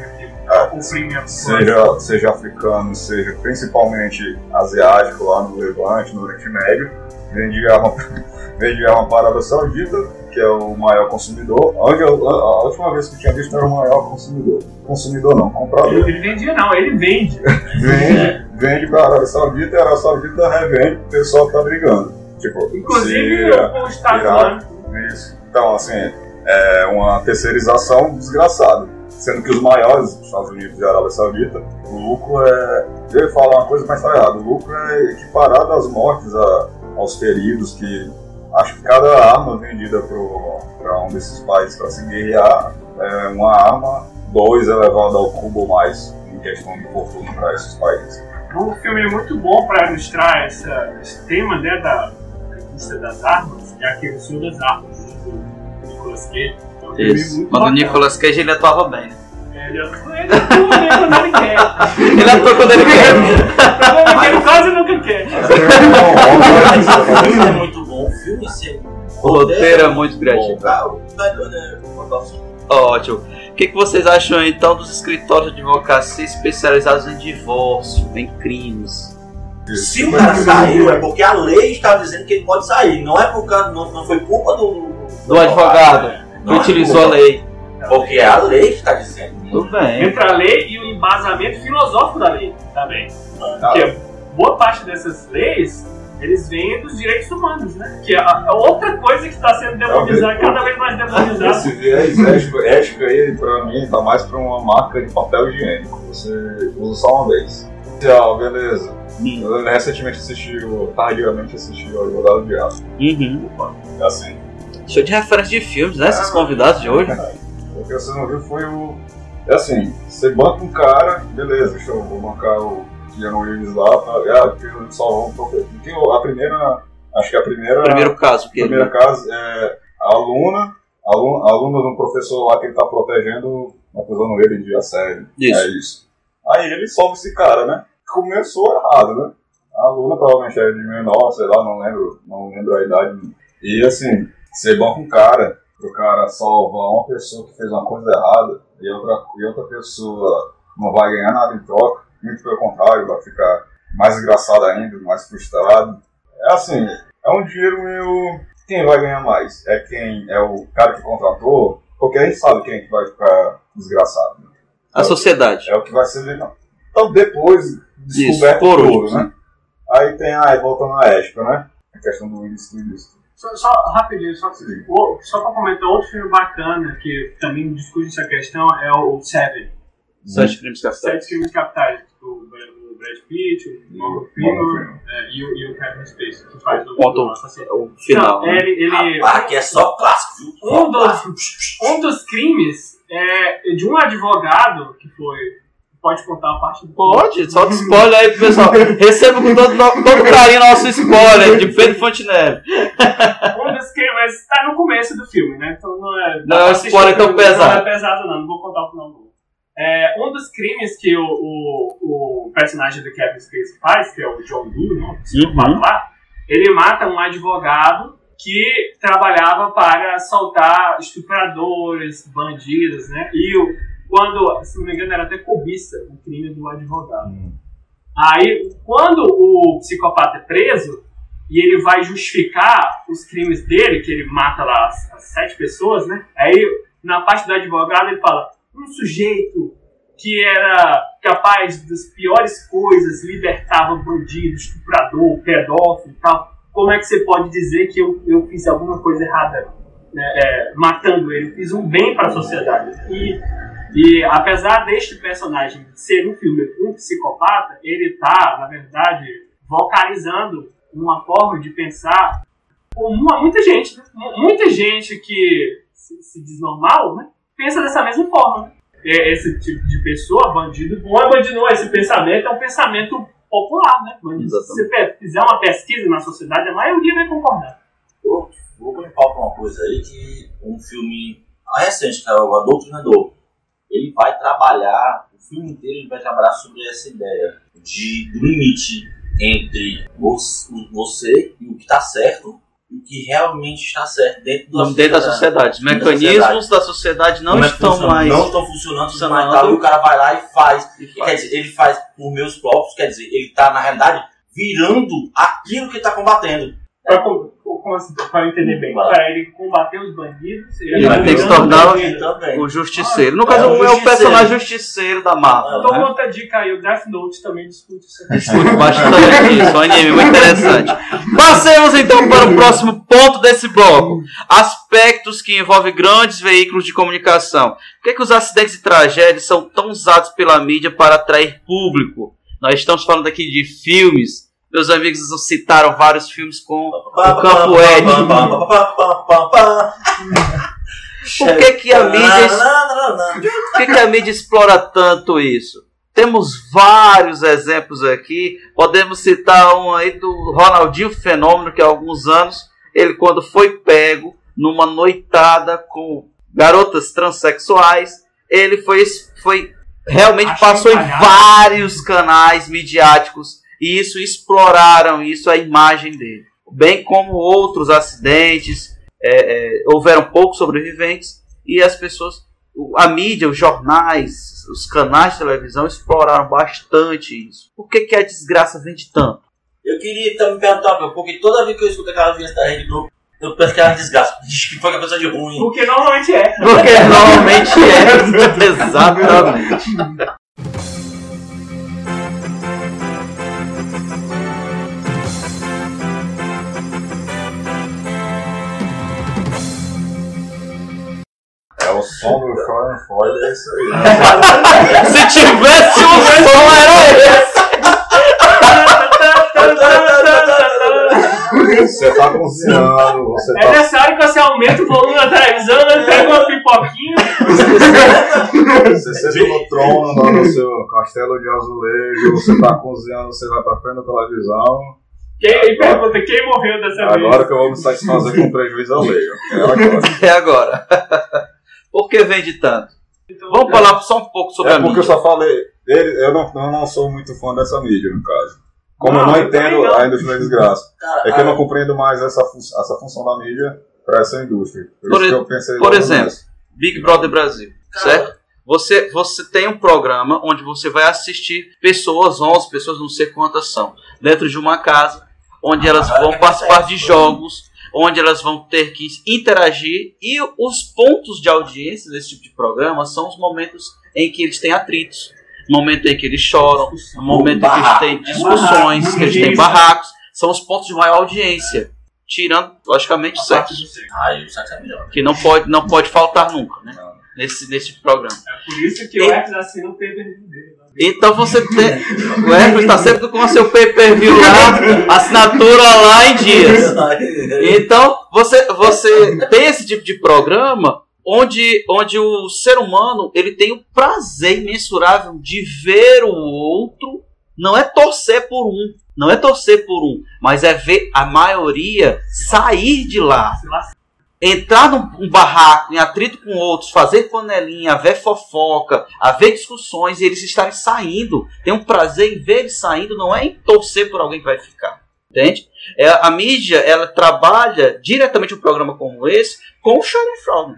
[SPEAKER 5] seja africano, seja principalmente asiático, lá no Levante, no Oriente Médio. Vende arma para a Arábia Saudita, que é o maior consumidor. A última vez que eu tinha visto era o maior consumidor. Consumidor não, comprador.
[SPEAKER 3] Ele vendia não, ele vende.
[SPEAKER 5] Vende para a Arábia Saudita e a Arábia Saudita revende, o pessoal tá brigando. Tipo,
[SPEAKER 3] inclusive o Estado Islâmico.
[SPEAKER 5] Isso. Então, assim, é uma terceirização desgraçada. Sendo que os maiores, os Estados Unidos e a Arábia Saudita, o lucro eu ia falar uma coisa, mas tá errado. O lucro é equiparado às mortes, aos feridos, que acho que cada arma vendida para um desses países para se guerrear é uma arma 2 elevado ao cubo ou mais, em questão de fortuna para esses países.
[SPEAKER 3] O filme é muito bom para ilustrar esse tema, né, da indústria das armas, e aquele Senhor das Armas, do Nicolas Cage.
[SPEAKER 2] Isso. Mas o Nicolas Cage ele atuava bem, né?
[SPEAKER 3] Ele atua quando ele quer.
[SPEAKER 2] Ele atua quando ele quer.
[SPEAKER 3] Provavelmente ele quase nunca quer.
[SPEAKER 4] O filme é muito bom, o filme
[SPEAKER 2] o roteiro é muito criativo. Ótimo. O que vocês acham então dos escritórios de advocacia especializados em divórcio, em crimes?
[SPEAKER 4] Se o cara saiu, é porque a lei está dizendo que ele pode sair. Não é porque não foi culpa do
[SPEAKER 2] advogado que utilizou a lei.
[SPEAKER 4] Porque é a lei que está dizendo.
[SPEAKER 2] Tudo bem.
[SPEAKER 3] Entre a lei e o embasamento filosófico da lei também. Porque boa parte dessas leis, eles vêm dos direitos humanos, né? Que é outra coisa que está sendo demonizada, cada vez mais demonizada.
[SPEAKER 5] Esse viés ético aí, pra mim, tá mais pra uma marca de papel higiênico. Você usa só uma vez. Beleza. Eu recentemente tardiamente assisti o Advogado do Diabo.
[SPEAKER 2] Uhum.
[SPEAKER 5] Assim.
[SPEAKER 2] Show de referência de filmes, né? Esses convidados de hoje.
[SPEAKER 5] O que você não viu foi o... É assim, você banca um cara, beleza, vou bancar o Keanu Reeves lá, porque ele salvou um professor. Porque a primeira... Acho que a primeira...
[SPEAKER 2] Primeiro caso.
[SPEAKER 5] O primeiro caso é a aluna de um professor lá que ele tá protegendo, acusando ele de assédio.
[SPEAKER 2] Isso.
[SPEAKER 5] É isso. Aí ele solta esse cara, né? Começou errado, né? A aluna provavelmente era de menor, sei lá, não lembro a idade. E assim, você banca um cara, pro cara salvar uma pessoa que fez uma coisa errada e outra pessoa não vai ganhar nada em troca, muito pelo contrário, vai ficar mais engraçado ainda, mais frustrado. É assim, é um dinheiro meio... Quem vai ganhar mais? É o cara que contratou, porque a gente sabe quem é que vai ficar desgraçado. Né?
[SPEAKER 2] A sociedade.
[SPEAKER 5] É o que vai ser legal. Então depois descoberto tudo, né? Aí tem voltando à ética, né? A questão do ilícito.
[SPEAKER 3] Só rapidinho, só para comentar outro filme bacana que também discute essa questão é o Seven.
[SPEAKER 2] Sete Crimes Capitais.
[SPEAKER 3] Sete Crimes Capitais, o Brad Pitt, o Morgan Freeman e o Kevin Spacey, que faz
[SPEAKER 2] o final.
[SPEAKER 3] Não,
[SPEAKER 4] que é só clássico.
[SPEAKER 3] Um dos crimes é de um advogado que foi... Pode contar a parte do...
[SPEAKER 2] Pode, solta spoiler aí pro pessoal. Receba com todo carinho nosso spoiler de Pedro Fontenelle.
[SPEAKER 3] Mas tá no começo do filme, né? Então
[SPEAKER 2] não é spoiler tão pesado.
[SPEAKER 3] Não é pesado não vou contar o final do um dos crimes que o personagem do Kevin Spacey faz, que é o John Doe, lá, ele mata um advogado que trabalhava para soltar estupradores, bandidos, né? E quando, se não me engano, era até cobiça o crime do advogado. Aí, quando o psicopata é preso e ele vai justificar os crimes dele, que ele mata lá as 7 pessoas, né? Aí, na parte do advogado, ele fala: um sujeito que era capaz das piores coisas, libertava bandido, estuprador, pedófilo e tal, como é que você pode dizer que eu fiz alguma coisa errada, né, matando ele? Eu fiz um bem para a sociedade. E apesar deste personagem ser um filme um psicopata, ele está, na verdade, vocalizando uma forma de pensar comum a muita gente. Né? Muita gente que se diz normal, né, pensa dessa mesma forma. Né? Esse tipo de pessoa, bandido bom é bandido não. Esse pensamento é um pensamento popular. Né? Se você fizer uma pesquisa na sociedade, a maioria vai concordar.
[SPEAKER 4] Vou colocar uma coisa aí, que um filme recente, que é o A Doutrinador, ele vai trabalhar, o filme inteiro ele vai trabalhar sobre essa ideia do limite entre você e o que está certo e o que realmente está certo dentro da sociedade.
[SPEAKER 2] Os mecanismos da sociedade não estão
[SPEAKER 4] funcionando, e o cara vai lá e faz. Quer dizer, ele faz por meios próprios, quer dizer, ele está, na realidade, virando aquilo que ele está combatendo.
[SPEAKER 3] Como assim, para eu entender bem, para ele combater os bandidos,
[SPEAKER 2] ele vai ter que se tornar o justiceiro. No caso, é o personagem justiceiro da Marvel.
[SPEAKER 3] Então, outra dica aí, o Death Note também discute isso.
[SPEAKER 2] Discute bastante isso, um anime muito interessante. Passemos então para o próximo ponto desse bloco: aspectos que envolvem grandes veículos de comunicação. Por que os acidentes e tragédias são tão usados pela mídia para atrair público? Nós estamos falando aqui de filmes. Meus amigos citaram vários filmes com o Campo Ed. Por que a mídia explora tanto isso? Temos vários exemplos aqui. Podemos citar um aí do Ronaldinho Fenômeno, que há alguns anos, ele quando foi pego numa noitada com garotas transexuais, ele foi realmente passou em vários canais midiáticos. E isso exploraram a imagem dele. Bem como outros acidentes, houveram poucos sobreviventes e as pessoas, a mídia, os jornais, os canais de televisão exploraram bastante isso. Por que a desgraça vende tanto?
[SPEAKER 4] Eu queria também perguntar, porque toda vez que eu escuto aquela vinheta da Rede Globo, eu penso que é uma desgraça. Diz que foi uma coisa de ruim.
[SPEAKER 3] Porque normalmente é.
[SPEAKER 2] Exatamente.
[SPEAKER 5] O som do Schadenfreude é isso aí.
[SPEAKER 2] Se tivesse um som, era esse.
[SPEAKER 5] Você tá cozinhando, você tá...
[SPEAKER 3] É necessário que você aumente o volume da televisão, né? Pega uma pipoquinha.
[SPEAKER 5] Você senta no trono, lá no seu castelo de azulejo, você tá cozinhando, você vai pra frente da televisão.
[SPEAKER 3] Pergunta, quem morreu dessa vez?
[SPEAKER 5] Agora que eu vou me satisfazer com prejuízo alheio.
[SPEAKER 2] É agora. Por que vende tanto? Então, vamos falar só um pouco sobre a mídia.
[SPEAKER 5] Porque eu só falei, eu não sou muito fã dessa mídia, no caso. Como eu não entendo a indústria da desgraça. É que eu não compreendo mais essa função da mídia para essa indústria.
[SPEAKER 2] Por exemplo, Big Brother Brasil, certo? Você tem um programa onde você vai assistir pessoas, 11 pessoas, não sei quantas são, dentro de uma casa, onde elas vão participar de jogos, onde elas vão ter que interagir, e os pontos de audiência desse tipo de programa são os momentos em que eles têm atritos, no momento em que eles choram, no momento em que eles têm discussões, que eles têm barracos, são os pontos de maior audiência, tirando, logicamente, sexo, que não pode faltar nunca, né? Nesse programa.
[SPEAKER 3] É por isso que o Hercules assina o pay-per-view dele.
[SPEAKER 2] Então você tem. O Hercules está sempre com o seu pay-per-view lá, assinatura lá em dias. Então você tem esse tipo de programa onde o ser humano ele tem o prazer imensurável de ver o outro. Não é torcer por um, mas é ver a maioria sair de lá. Entrar num barraco, em atrito com outros, fazer panelinha, haver fofoca, haver discussões e eles estarem saindo. Tem um prazer em ver eles saindo, não é em torcer por alguém que vai ficar. Entende? A mídia, ela trabalha diretamente um programa como esse com o Schadenfreude.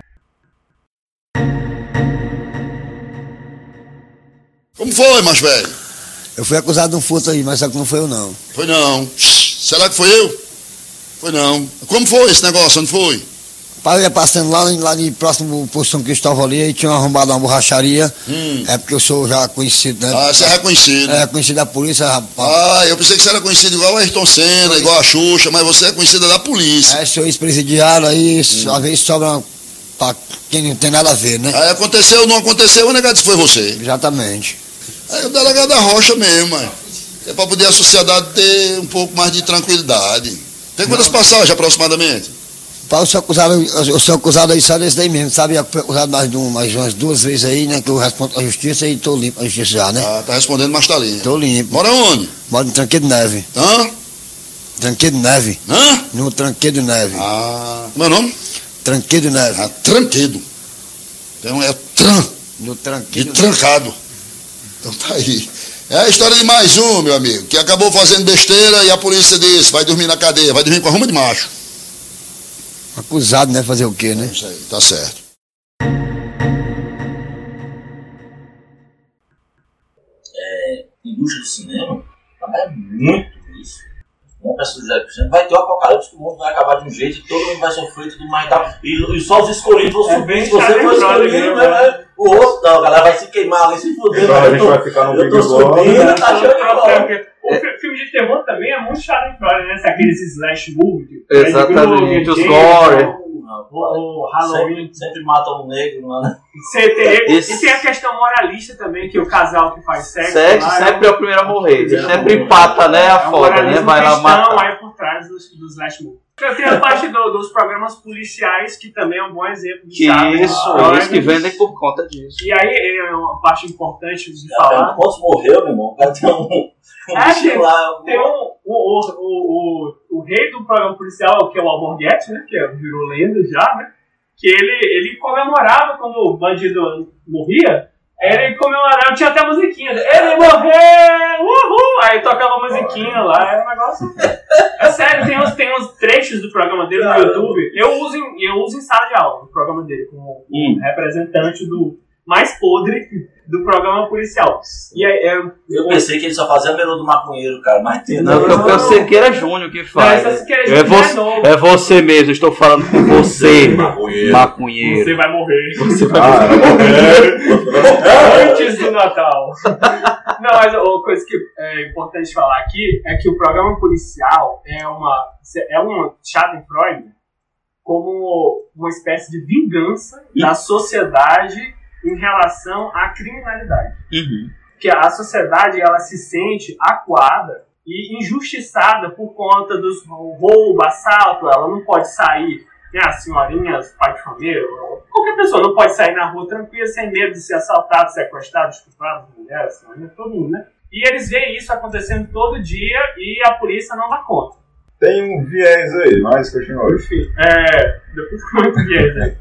[SPEAKER 9] Como foi, mais velho?
[SPEAKER 1] Eu fui acusado de um furto aí, mas só que não foi eu, não.
[SPEAKER 9] Foi não. Será que foi eu? Foi não. Como foi esse negócio? Onde foi?
[SPEAKER 1] Eu ia passando lá próximo ao posto São Cristóvão ali, e tinha arrombado uma borracharia. É porque eu sou já conhecido, né?
[SPEAKER 9] Ah, você é reconhecido.
[SPEAKER 1] É, conhecido da polícia, rapaz.
[SPEAKER 9] Ah, eu pensei que você era conhecido igual o Ayrton Senna, igual a Xuxa, mas você é conhecida da polícia.
[SPEAKER 1] É, sou ex-presidiário, aí às vezes sobra pra quem não tem nada a ver, né?
[SPEAKER 9] Aí aconteceu, não aconteceu, o negado foi você.
[SPEAKER 1] Exatamente.
[SPEAKER 9] Aí o delegado da Rocha mesmo, mano. É pra poder a sociedade ter um pouco mais de tranquilidade. Tem quantas passagens aproximadamente?
[SPEAKER 1] Eu sou acusado aí só desse daí mesmo, sabe? Eu fui acusado mais umas 2 vezes aí, né? Que eu respondo à justiça e tô limpo a justiça já, né?
[SPEAKER 9] Ah, tá respondendo, mas tá limpo.
[SPEAKER 1] Tô limpo.
[SPEAKER 9] Mora onde?
[SPEAKER 1] Moro no Tranqueiro de Neve.
[SPEAKER 9] Hã?
[SPEAKER 1] Tranqueiro de Neve.
[SPEAKER 9] Hã?
[SPEAKER 1] No Tranqueiro de Neve.
[SPEAKER 9] Ah, como é o nome?
[SPEAKER 1] Tranqueiro de Neve.
[SPEAKER 9] Ah, Tranquedo. Então é tran.
[SPEAKER 1] No Tranqueiro.
[SPEAKER 9] De trancado. Então tá aí. É a história de mais um, meu amigo, que acabou fazendo besteira e a polícia disse, vai dormir na cadeia, vai dormir com a ruma de macho.
[SPEAKER 1] Acusado, né? Fazer o quê, né?
[SPEAKER 9] Isso aí, tá certo.
[SPEAKER 4] Indústria do cinema trabalha muito isso. Uma pessoa vai ter o apocalipse, que o mundo vai acabar de um jeito, todo mundo vai sofrer e tudo mais e tal. E só os escolhidos vão subir. Se você for escolhido, o outro não, a galera vai se queimar ali, se fuder.
[SPEAKER 5] Então a gente vai ficar no
[SPEAKER 4] eu tô subindo, tá achando que
[SPEAKER 3] o filme de terror também é muito Schadenfreude, né? Aqueles slash movie.
[SPEAKER 2] Exatamente, os gore.
[SPEAKER 3] O Halloween.
[SPEAKER 4] Sempre matam um negro, mano.
[SPEAKER 3] E tem a questão moralista também, que o casal que faz sexo lá,
[SPEAKER 2] sempre é o primeiro a morrer. Sempre empata, né? A foda, né? Vai lá matar.
[SPEAKER 3] Aí por trás dos slash movie. Tem a parte dos programas policiais, que também é um bom exemplo de
[SPEAKER 2] Isso que vendem por conta disso.
[SPEAKER 3] E aí é uma parte importante de falar.
[SPEAKER 4] Quantos morreu, meu irmão? O cara tem
[SPEAKER 3] tem o rei do programa policial, que é o Alborguete, né? Que virou lenda já, né? Que ele comemorava quando o bandido morria. Ele comemorava, tinha até a musiquinha. Ele morreu! Uhul! Aí tocava a musiquinha lá, é um negócio. É sério, tem uns trechos do programa dele no YouTube. Eu uso em sala de aula o programa dele, como representante do mais podre do programa policial. E
[SPEAKER 4] eu pensei que ele só fazia melhor do maconheiro, cara, mas tem.
[SPEAKER 2] Não, porque é o Siqueira Júnior que faz. É você mesmo, estou falando com você, maconheiro.
[SPEAKER 3] Você vai morrer.
[SPEAKER 2] Você vai morrer.
[SPEAKER 3] Antes do Natal. Não, mas a coisa que é importante falar aqui é que o programa policial é uma Schadenfreude como uma espécie de vingança da sociedade em relação à criminalidade. Que a sociedade ela se sente acuada e injustiçada por conta dos roubo, assalto. Ela não pode sair, né, as senhorinhas, pai de família, qualquer pessoa não pode sair na rua tranquila sem medo de ser assaltado, sequestrado, estuprado, mulheres, senhorinha, todo mundo, né? E eles veem isso acontecendo todo dia e a polícia não dá conta.
[SPEAKER 5] Tem um viés aí, mas continua.
[SPEAKER 3] Enfim, depois comenta o viés aí.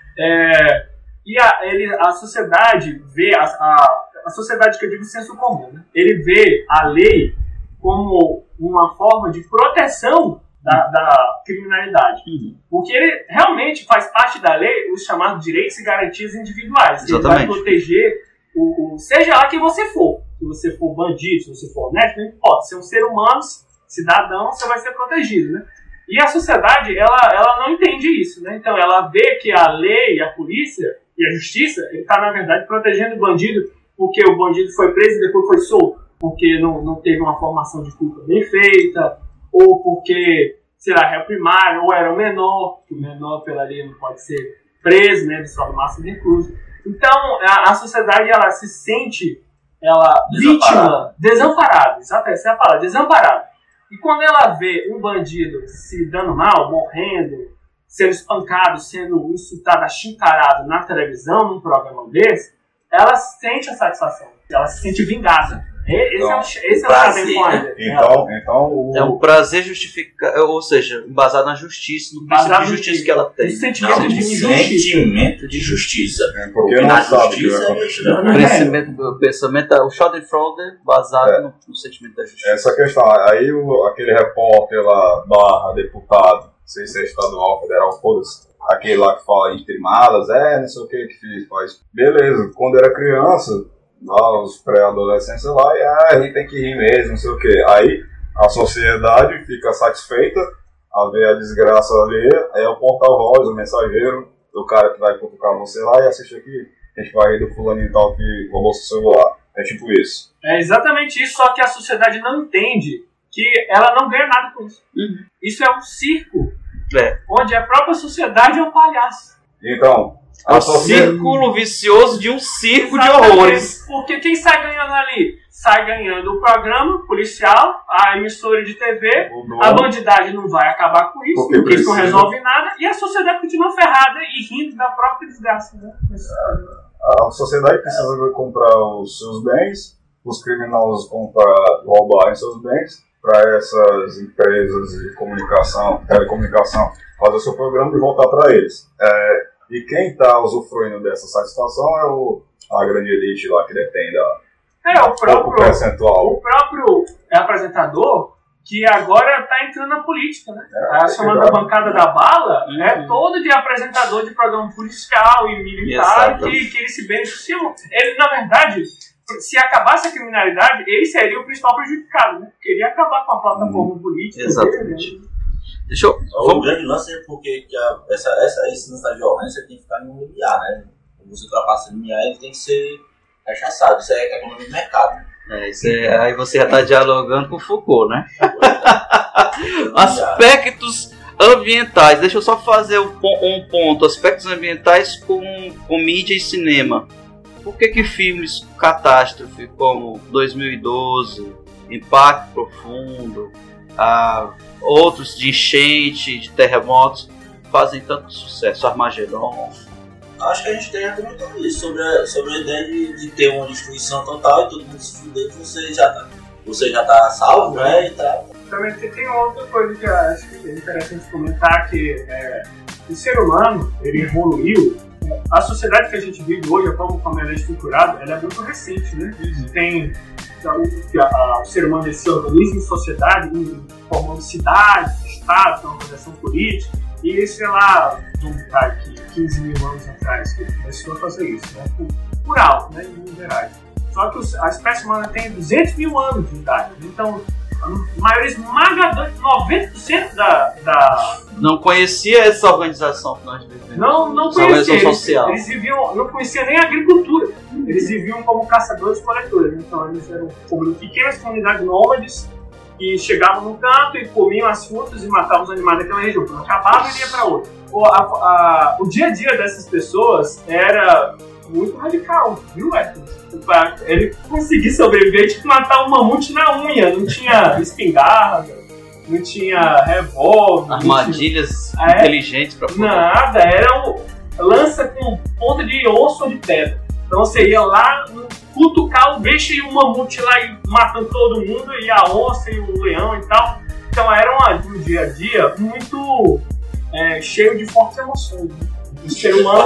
[SPEAKER 3] E a sociedade vê, a sociedade que eu digo senso comum, né? Ele vê a lei como uma forma de proteção da criminalidade. Porque ele realmente faz parte da lei os chamados direitos e garantias individuais. Ele vai proteger, seja lá quem você for. Se você for bandido, se você for honesto, não importa. Se é um ser humano, cidadão, você vai ser protegido, né? E a sociedade, ela não entende isso, né? Então ela vê que a lei, a polícia e a justiça, ele está, na verdade, protegendo o bandido porque o bandido foi preso e depois foi solto, porque não teve uma formação de culpa bem feita, ou porque, sei lá, réu primário, ou era o menor, que o menor pela lei não pode ser preso, né, de sua máxima recluso. Então, a sociedade, ela se sente vítima, desamparada, exato, essa é a palavra, desamparada. E quando ela vê um bandido se dando mal, morrendo, sendo espancado, sendo insultado, achincalhado na televisão, num programa desse, ela sente a satisfação, ela se sente vingada. Esse é o prazer.
[SPEAKER 5] Então
[SPEAKER 2] é um prazer justificado, ou seja, baseado na justiça, no princípio de justiça que ela tem.
[SPEAKER 4] Sentimento de justiça.
[SPEAKER 5] Porque não sabe o que vai acontecer.
[SPEAKER 2] O pensamento, o Schadenfreude baseado no sentimento da justiça.
[SPEAKER 5] Essa questão, aí aquele repórter lá, / deputado, não sei se é estadual, federal, foda-se, aquele lá que fala entre malas, não sei o que faz. Beleza, quando era criança, lá os pré-adolescentes lá, a gente tem que rir mesmo, não sei o que. Aí a sociedade fica satisfeita a ver a desgraça ali, é o porta-voz, o mensageiro, do cara que vai cutucar você lá e assiste aqui, a gente vai rir do fulaninho e tal que roubou seu celular. É tipo isso.
[SPEAKER 3] É exatamente isso, só que a sociedade não entende que ela não ganha nada com isso. Isso é um circo, onde a própria sociedade é um palhaço.
[SPEAKER 5] Então,
[SPEAKER 2] é um círculo vicioso de um circo de horrores.
[SPEAKER 3] Porque quem sai ganhando ali? Sai ganhando o programa policial, a emissora de TV, a bandidagem não vai acabar com isso, porque isso não resolve nada, e a sociedade continua ferrada e rindo da própria desgraça. Né?
[SPEAKER 5] A sociedade precisa comprar os seus bens, os criminosos roubarem seus bens, para essas empresas de comunicação, telecomunicação, fazer o seu programa e voltar para eles. E quem está usufruindo dessa satisfação é a grande elite lá que detém
[SPEAKER 3] o próprio apresentador que agora está entrando na política, né? A chamada bancada da bala é todo de apresentador de programa policial e militar que eles se beneficiam. Ele, na verdade, se acabasse a criminalidade, ele seria o principal prejudicado, né? Queria acabar com a plataforma política.
[SPEAKER 2] Exatamente.
[SPEAKER 4] O grande lance é porque esse lance da violência tem que ficar no limiar, né? Quando você ultrapassa o limiar, ele tem que ser rechaçado. Isso é economia de mercado.
[SPEAKER 2] Aí você já está dialogando com Foucault, né? Aspectos ambientais. Deixa eu só fazer um ponto. Aspectos ambientais com mídia e cinema. Por que filmes catástrofe como 2012, Impacto Profundo, outros de enchente, de terremotos, fazem tanto sucesso? Armagedon.
[SPEAKER 4] Acho que a gente tem argumentado isso sobre a ideia de ter uma destruição total e todo mundo se fuder, você já tá salvo, né? E tá.
[SPEAKER 3] Também tem outra coisa que eu acho que é interessante comentar, que o ser humano, ele evoluiu. A sociedade que a gente vive hoje, a forma como ela é estruturada, ela é muito recente, né? Tem o ser humano, ele se organiza em sociedade, formando cidades, estados, uma organização política, e sei lá, vamos botar aqui 15 mil anos atrás que começou a fazer isso, né? Por alto, né? Em Minas Gerais. Só que a espécie humana tem 200 mil anos de idade, então a maioria esmagadora, 90% da...
[SPEAKER 2] Não conhecia essa organização que nós vivemos.
[SPEAKER 3] Não conhecia. Eles viviam, não conheciam nem a agricultura. Eles viviam como caçadores e coletores. Então eles eram pequenas comunidades nômades que chegavam no canto e comiam as frutas e matavam os animais daquela região. Quando acabava, ele ia para outra. O dia a dia dessas pessoas era muito radical, viu, Edson? Ele conseguia sobreviver, tipo, matar um mamute na unha. Não tinha espingarda, não tinha revólver.
[SPEAKER 2] Armadilhas inteligentes pra poder.
[SPEAKER 3] Nada, era lança com ponta de osso ou de pedra. Então você ia lá, cutucar o bicho e o mamute lá e matando todo mundo, e a onça e o leão e tal. Então era um dia a dia muito cheio de fortes emoções. O ser humano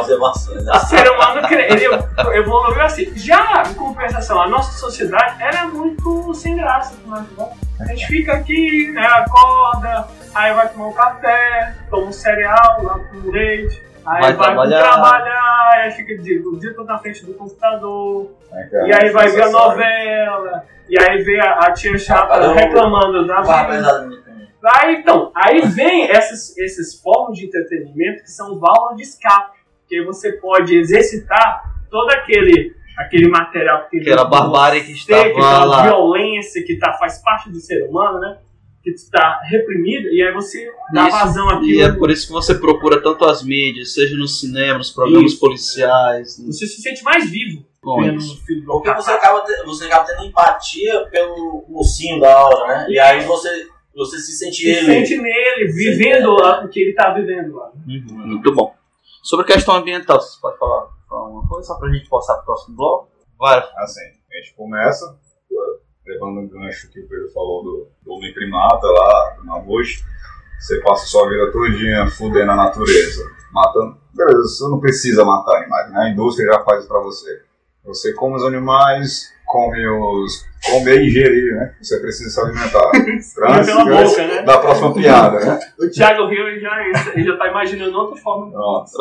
[SPEAKER 3] ele evoluiu assim. Já, em compensação, a nossa sociedade era muito sem graça. A gente fica aqui, acorda, aí vai tomar um café, toma um cereal lá com leite, aí vai trabalhar, aí fica o dia todo na frente do computador, e aí vai ver a novela, e aí vê a tia chata reclamando da vida. Aí vem essas formas de entretenimento que são válvulas de escape, que você pode exercitar todo aquele material que tem
[SPEAKER 2] aquela barbárie que estava lá,
[SPEAKER 3] violência que faz parte do ser humano, né? Que está reprimida, e aí você dá vazão aqui.
[SPEAKER 2] E é por isso que você procura tanto as mídias, seja no cinema, nos programas policiais.
[SPEAKER 3] Você se sente mais vivo.
[SPEAKER 4] Porque você acaba tendo empatia pelo mocinho da hora, né? E aí você se sente
[SPEAKER 3] nele, vivendo o que ele está vivendo lá.
[SPEAKER 2] Muito bom. Sobre a questão ambiental, você pode falar uma coisa, só para a gente passar para o próximo bloco? Vai.
[SPEAKER 5] Assim, a gente começa levando um gancho que o Pedro falou do homem primata lá, do mamute, você passa sua vida todinha fudendo a natureza, matando. Beleza, você não precisa matar animais, né? A indústria já faz isso pra você. Você come os animais, come e ingerir, né? Você precisa se alimentar.
[SPEAKER 3] Pela boca, né?
[SPEAKER 5] Da próxima piada, né?
[SPEAKER 3] O Thiago Rio ele já tá imaginando outra forma.
[SPEAKER 5] Nossa.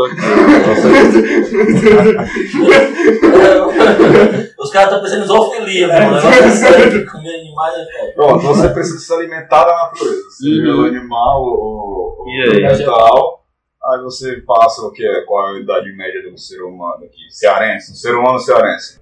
[SPEAKER 4] Os caras estão pensando em zoofilia, mano. Comer animais é foda.
[SPEAKER 5] Pronto, você precisa se alimentar da natureza. Seja o animal ou vegetal. Aí você passa o que é? Qual é a idade média do ser humano aqui? Cearense, um ser humano cearense.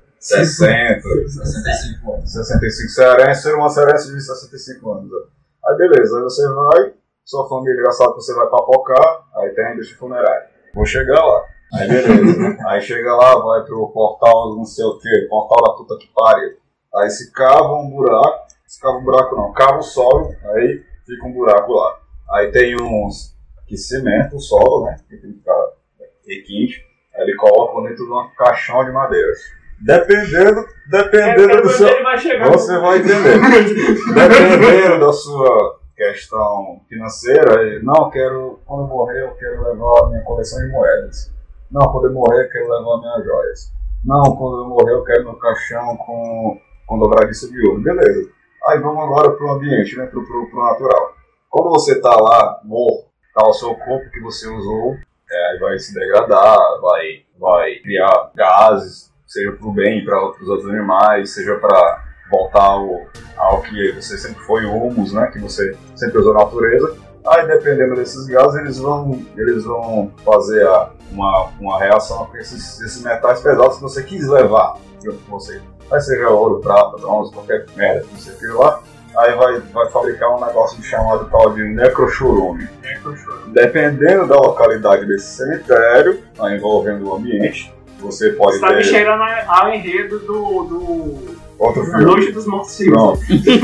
[SPEAKER 5] 65 anos. 65 cearense, ser humano cearense de 65 anos. Aí beleza, aí você vai, sua família já sabe que você vai papocar, aí tem a indústria funerária. Vou chegar lá. Aí beleza. Aí chega lá, vai pro portal não sei o que, portal da puta que pariu. Aí se cava um buraco, cava o solo, aí fica um buraco lá. Aí tem uns que cimentam o solo, né? Que tem que ficar requinte. Aí ele coloca dentro de um caixão de madeira. Dependendo do seu... Você vai entender. Dependendo da sua questão financeira, não, quando eu morrer, eu quero levar a minha coleção de moedas. Não, quando eu morrer, eu quero levar minhas joias. Não, quando eu morrer, eu quero meu caixão com dobradiça de ouro. Beleza. Aí vamos agora pro ambiente, né? Pro natural. Quando você tá lá, morto, tá o seu corpo que você usou, aí vai se degradar, vai criar gases, seja para o bem, para os outros animais, seja para voltar ao que você sempre foi, o humus, né, que você sempre usou na natureza. Aí, dependendo desses gases, eles vão fazer uma reação com esses metais pesados que você quis levar junto com você. Aí seja ouro, prata, bronze, qualquer merda que você queira lá. Aí vai fabricar um negócio chamado tal de necrochorume. Dependendo da localidade desse cemitério, envolvendo o ambiente, você pode ter...
[SPEAKER 3] Você está cheirando ao enredo do
[SPEAKER 5] outro filme.
[SPEAKER 3] Noite dos Mortos-Vivos.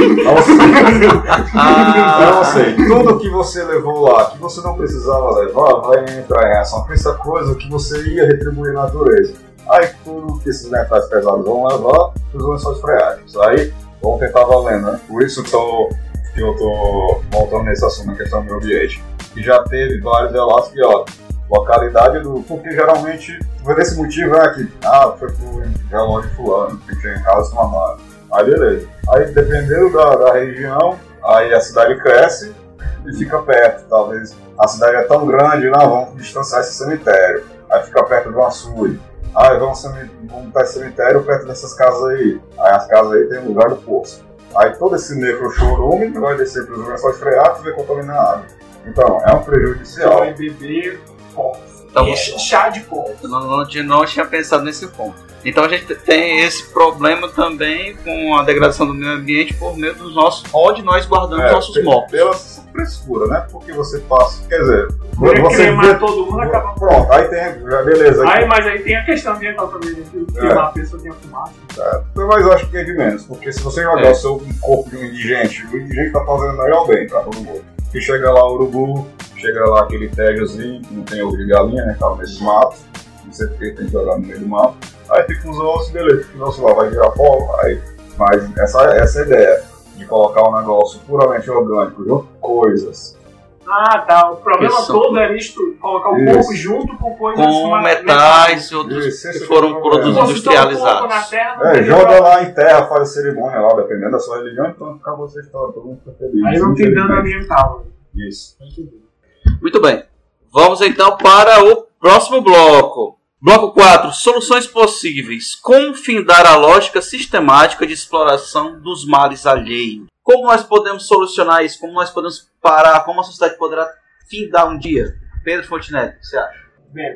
[SPEAKER 5] Não sei. Tudo que você levou lá, que você não precisava levar, vai entrar em reação com essa coisa que você ia retribuir na natureza. Aí tudo que esses metais pesados vão levar, os lençóis freáticos. Aí vão tentar valendo, né? Por isso que eu tô voltando nesse assunto, na questão do meio ambiente. Que já teve vários relatos que, localidade do... Porque geralmente, por esse motivo, que foi pro relógio fulano, que tinha em casa uma mala. Aí beleza. Aí dependendo da região, aí a cidade cresce e fica perto. Talvez a cidade é tão grande, vamos distanciar esse cemitério. Aí fica perto de um açude. Aí vamos montar esse cemitério perto dessas casas aí. Aí as casas aí tem lugar do poço. Aí todo esse necrochorume vai descer para os lençóis freáticos e vai contaminar a água. Então, é um prejudicial.
[SPEAKER 3] Vai beber
[SPEAKER 2] Então,
[SPEAKER 3] chá de coco.
[SPEAKER 2] Não tinha pensado nesse ponto. Então a gente tem esse problema também com a degradação do meio ambiente por meio dos nossos, onde nós guardamos nossos mortos.
[SPEAKER 5] Pela frescura, né? Porque você passa, quer dizer,
[SPEAKER 3] você cremar todo mundo acaba.
[SPEAKER 5] Pronto, aí tem, beleza.
[SPEAKER 3] Mas aí tem a questão ambiental também, que a pessoa tem a fumaça.
[SPEAKER 5] Mas eu acho que é de menos, porque se você jogar o seu corpo de um indigente, o indigente tá fazendo melhor bem pra todo mundo. Que chega lá o urubu, chega lá aquele tédiozinho, que não tem ovo de galinha, né? Tá no meio dos matos, não sei porque tem que jogar no meio do mato. Aí fica os ossos, beleza, os ossos lá vai virar pó, aí. Mas essa é a ideia, de colocar um negócio puramente orgânico, junto com coisas.
[SPEAKER 3] Tá. O problema todo é colocar o corpo junto com coisas...
[SPEAKER 2] Com metais e outros que foram produtos industrializados.
[SPEAKER 5] Joga lá em terra, faz a cerimônia lá, dependendo da sua religião, então acabou essa história, todo mundo fica feliz.
[SPEAKER 3] Aí não tem dano ambiental.
[SPEAKER 5] Isso.
[SPEAKER 2] Muito bem. Vamos então para o próximo bloco. Bloco 4. Soluções possíveis. Como findar a lógica sistemática de exploração dos males alheios? Como nós podemos solucionar isso? Como nós podemos parar? Como a sociedade poderá findar um dia? Pedro Fontinelli, o que você acha?
[SPEAKER 3] Bem,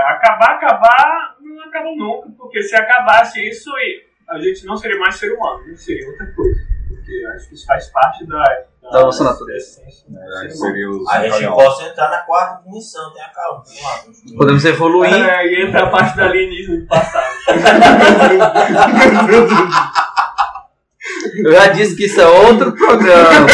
[SPEAKER 3] acabar não acaba nunca, porque se acabasse isso, a gente não seria mais ser humano, não seria outra coisa. Porque acho que isso faz parte da
[SPEAKER 2] nossa natureza.
[SPEAKER 4] A gente pode entrar na quarta dimensão, tenha calma.
[SPEAKER 2] Podemos evoluir.
[SPEAKER 3] E entra a parte da alienígena do passado.
[SPEAKER 2] Eu já disse que isso é outro programa.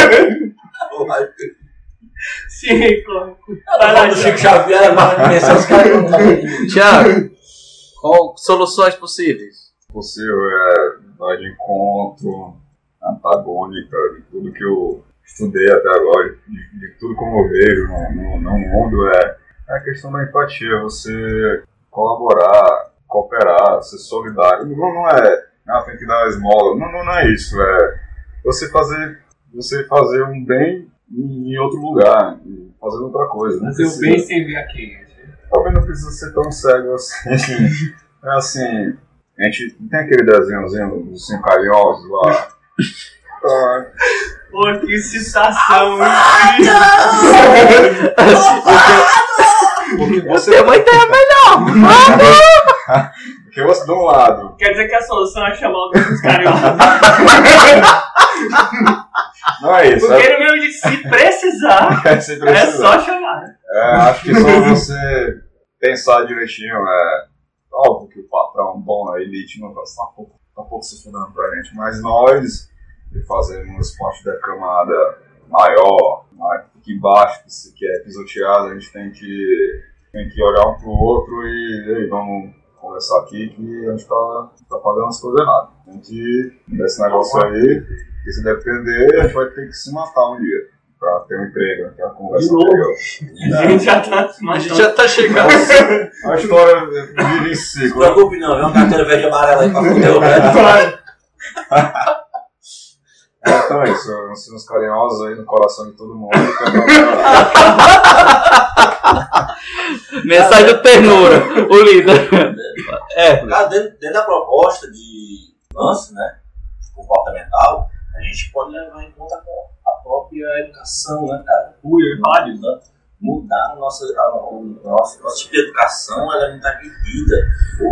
[SPEAKER 3] Sim, claro.
[SPEAKER 4] O Chico Xavier vai dimensão os caras.
[SPEAKER 2] Thiago, qual soluções possíveis?
[SPEAKER 5] Possível vai de encontro, antagônica de tudo que eu estudei até agora, de tudo como eu vejo no mundo, é a questão da empatia, você colaborar, cooperar, ser solidário. Não é, tem que dar esmola, não é isso, é você fazer um bem em outro lugar, fazendo outra coisa.
[SPEAKER 3] Fazer o bem sem ver a quem.
[SPEAKER 5] Talvez não precisa ser tão cego assim. É assim, a gente tem aquele desenhozinho dos 5 carinhosos lá.
[SPEAKER 3] Pô, que citação!
[SPEAKER 5] Porque você
[SPEAKER 2] Minha mãe tem a melhor!
[SPEAKER 5] Porque você, de um lado...
[SPEAKER 3] Quer dizer que a solução é chamar os carinhosos.
[SPEAKER 5] Não é isso.
[SPEAKER 3] Porque ele mesmo disse, se precisar, é só chamar.
[SPEAKER 5] Acho que só você pensar direitinho, óbvio que o patrão bom, a elite, não vai estar um pouco se fundando pra gente, mas nós, que fazemos parte da camada maior, aqui embaixo, que é pisoteada, a gente tem que olhar um pro outro e vamos conversar aqui que a gente tá fazendo as coisas erradas. A gente, desse negócio aí, que se depender, a gente vai ter que se matar um dia pra ter um emprego, que é a conversa anterior.
[SPEAKER 3] A gente já tá chegando.
[SPEAKER 5] A história vive em ciclo.
[SPEAKER 4] Não se preocupe não, é uma carteira verde e amarela aí pra foder o resto.
[SPEAKER 5] Então é isso, uns carinhosos aí no coração de todo mundo.
[SPEAKER 2] Mensagem do ternura, o líder.
[SPEAKER 4] Cara, dentro da proposta de lance, né, comportamental, a gente pode levar em conta a própria educação, né, cara? Vários, né? Mudar a nossa tipo de educação, ela é muito agredida,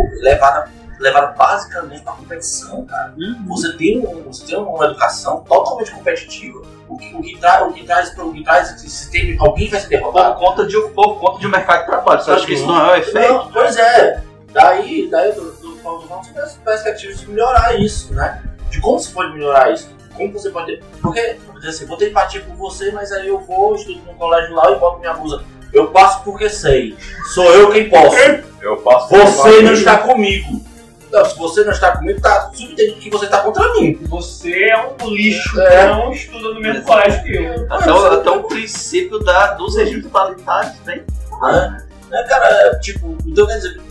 [SPEAKER 4] levada basicamente para competição, cara. Você tem uma educação totalmente competitiva. O que traz se alguém vai se derrotar
[SPEAKER 2] Por conta de um mercado de trabalho. Você acha que isso não é o efeito?
[SPEAKER 4] Não, pois é. Daí eu tô falando das perspectivas de melhorar isso, né? De como se pode melhorar isso. Como você pode ter... Porque, assim, vou ter empatia por você, mas aí eu vou, estudo no colégio lá e boto minha blusa. Eu passo porque sei. Sou eu quem posso.
[SPEAKER 5] Eu passo
[SPEAKER 4] Você não está comigo. Não, se você não está comigo, tá subentendido que você está contra mim.
[SPEAKER 3] Você é um lixo, não estuda no mesmo colégio que eu.
[SPEAKER 2] Até o princípio dos regimes totalitários, né?
[SPEAKER 4] Cara, tipo, então quer dizer,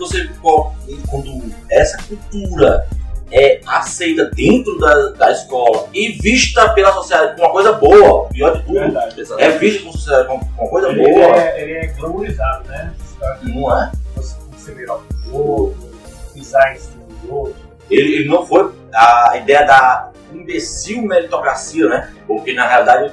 [SPEAKER 4] quando essa cultura é aceita dentro da escola e vista pela sociedade como uma coisa boa, pior de tudo, é vista pela sociedade como uma coisa boa.
[SPEAKER 3] Ele é glamourizado, né?
[SPEAKER 4] Não é?
[SPEAKER 3] Você virar o outro, pisar em cima do outro.
[SPEAKER 4] Ele não foi a ideia da imbecil meritocracia, né? Porque na realidade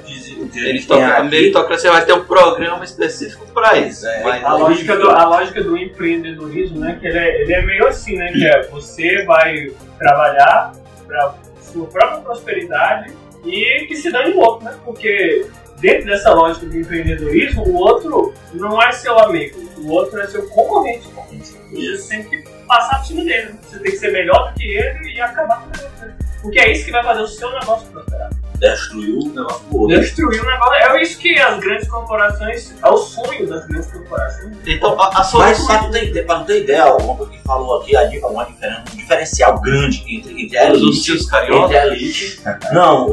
[SPEAKER 2] a meritocracia vai ter um programa específico para isso.
[SPEAKER 3] Mas a lógica do empreendedorismo, né? Que ele é meio assim, né? Que é você vai trabalhar para sua própria prosperidade e que se dane o outro, né? Porque dentro dessa lógica do empreendedorismo, o outro não é seu amigo, o outro é seu concorrente. E você tem que passar por cima dele. Você tem que ser melhor do que ele e acabar com ele. Porque é isso que vai fazer o seu negócio prosperar.
[SPEAKER 4] Destruir o negócio do outro.
[SPEAKER 3] Destruir o negócio. É isso que as grandes corporações... É o sonho das grandes corporações.
[SPEAKER 2] Então,
[SPEAKER 4] mas pra não ter ideia, uma coisa que falou aqui, um diferencial grande entre a elite... Não,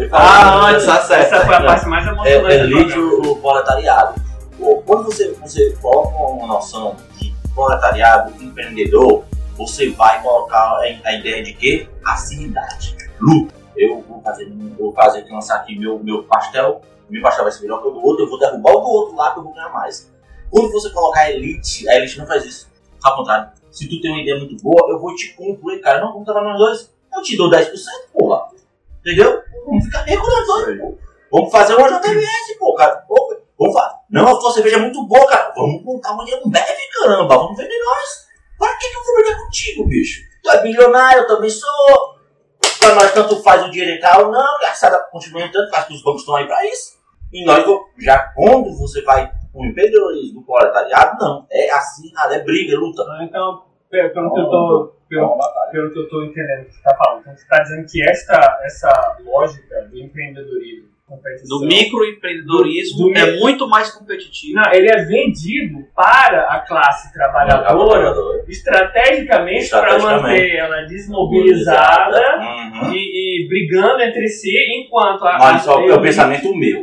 [SPEAKER 3] essa foi a parte mais emocionante.
[SPEAKER 4] Elite e o proletariado. Quando você coloca uma noção de proletariado empreendedor, você vai colocar a ideia de quê? Assiduidade. Luta. Eu vou fazer aqui, lançar aqui meu pastel vai ser melhor que o do outro, eu vou derrubar o do outro lá que eu vou ganhar mais. Quando você colocar a elite não faz isso. Ao contrário, se tu tem uma ideia muito boa, eu vou te concluir, cara. Não, vamos trabalhar nós dois, eu te dou 10%, porra. Entendeu? Vamos ficar rico nós dois, pô. Vamos fazer uma JBS, pô, cara. Vamos fazer. Não, a tua cerveja é muito boa, cara. Vamos montar uma bebe, caramba. Vamos vender nós. Pra que eu vou brigar contigo, bicho? Tu é bilionário, eu também sou. Pra nós tanto faz o dinheiro entrar ou não, gastar continua entrando, faz que os bancos estão aí pra isso. E nós, já quando você vai com o empreendedorismo do proletariado, não. É assim, nada, é briga, é luta.
[SPEAKER 3] Então, pelo que eu tô entendendo o que você tá falando, então você tá dizendo que essa lógica do empreendedorismo
[SPEAKER 2] do microempreendedorismo é muito mais competitivo.
[SPEAKER 3] Não, ele é vendido para a classe trabalhadora estrategicamente para manter ela desmobilizada e brigando entre si, enquanto
[SPEAKER 4] Mas só é o pensamento meu.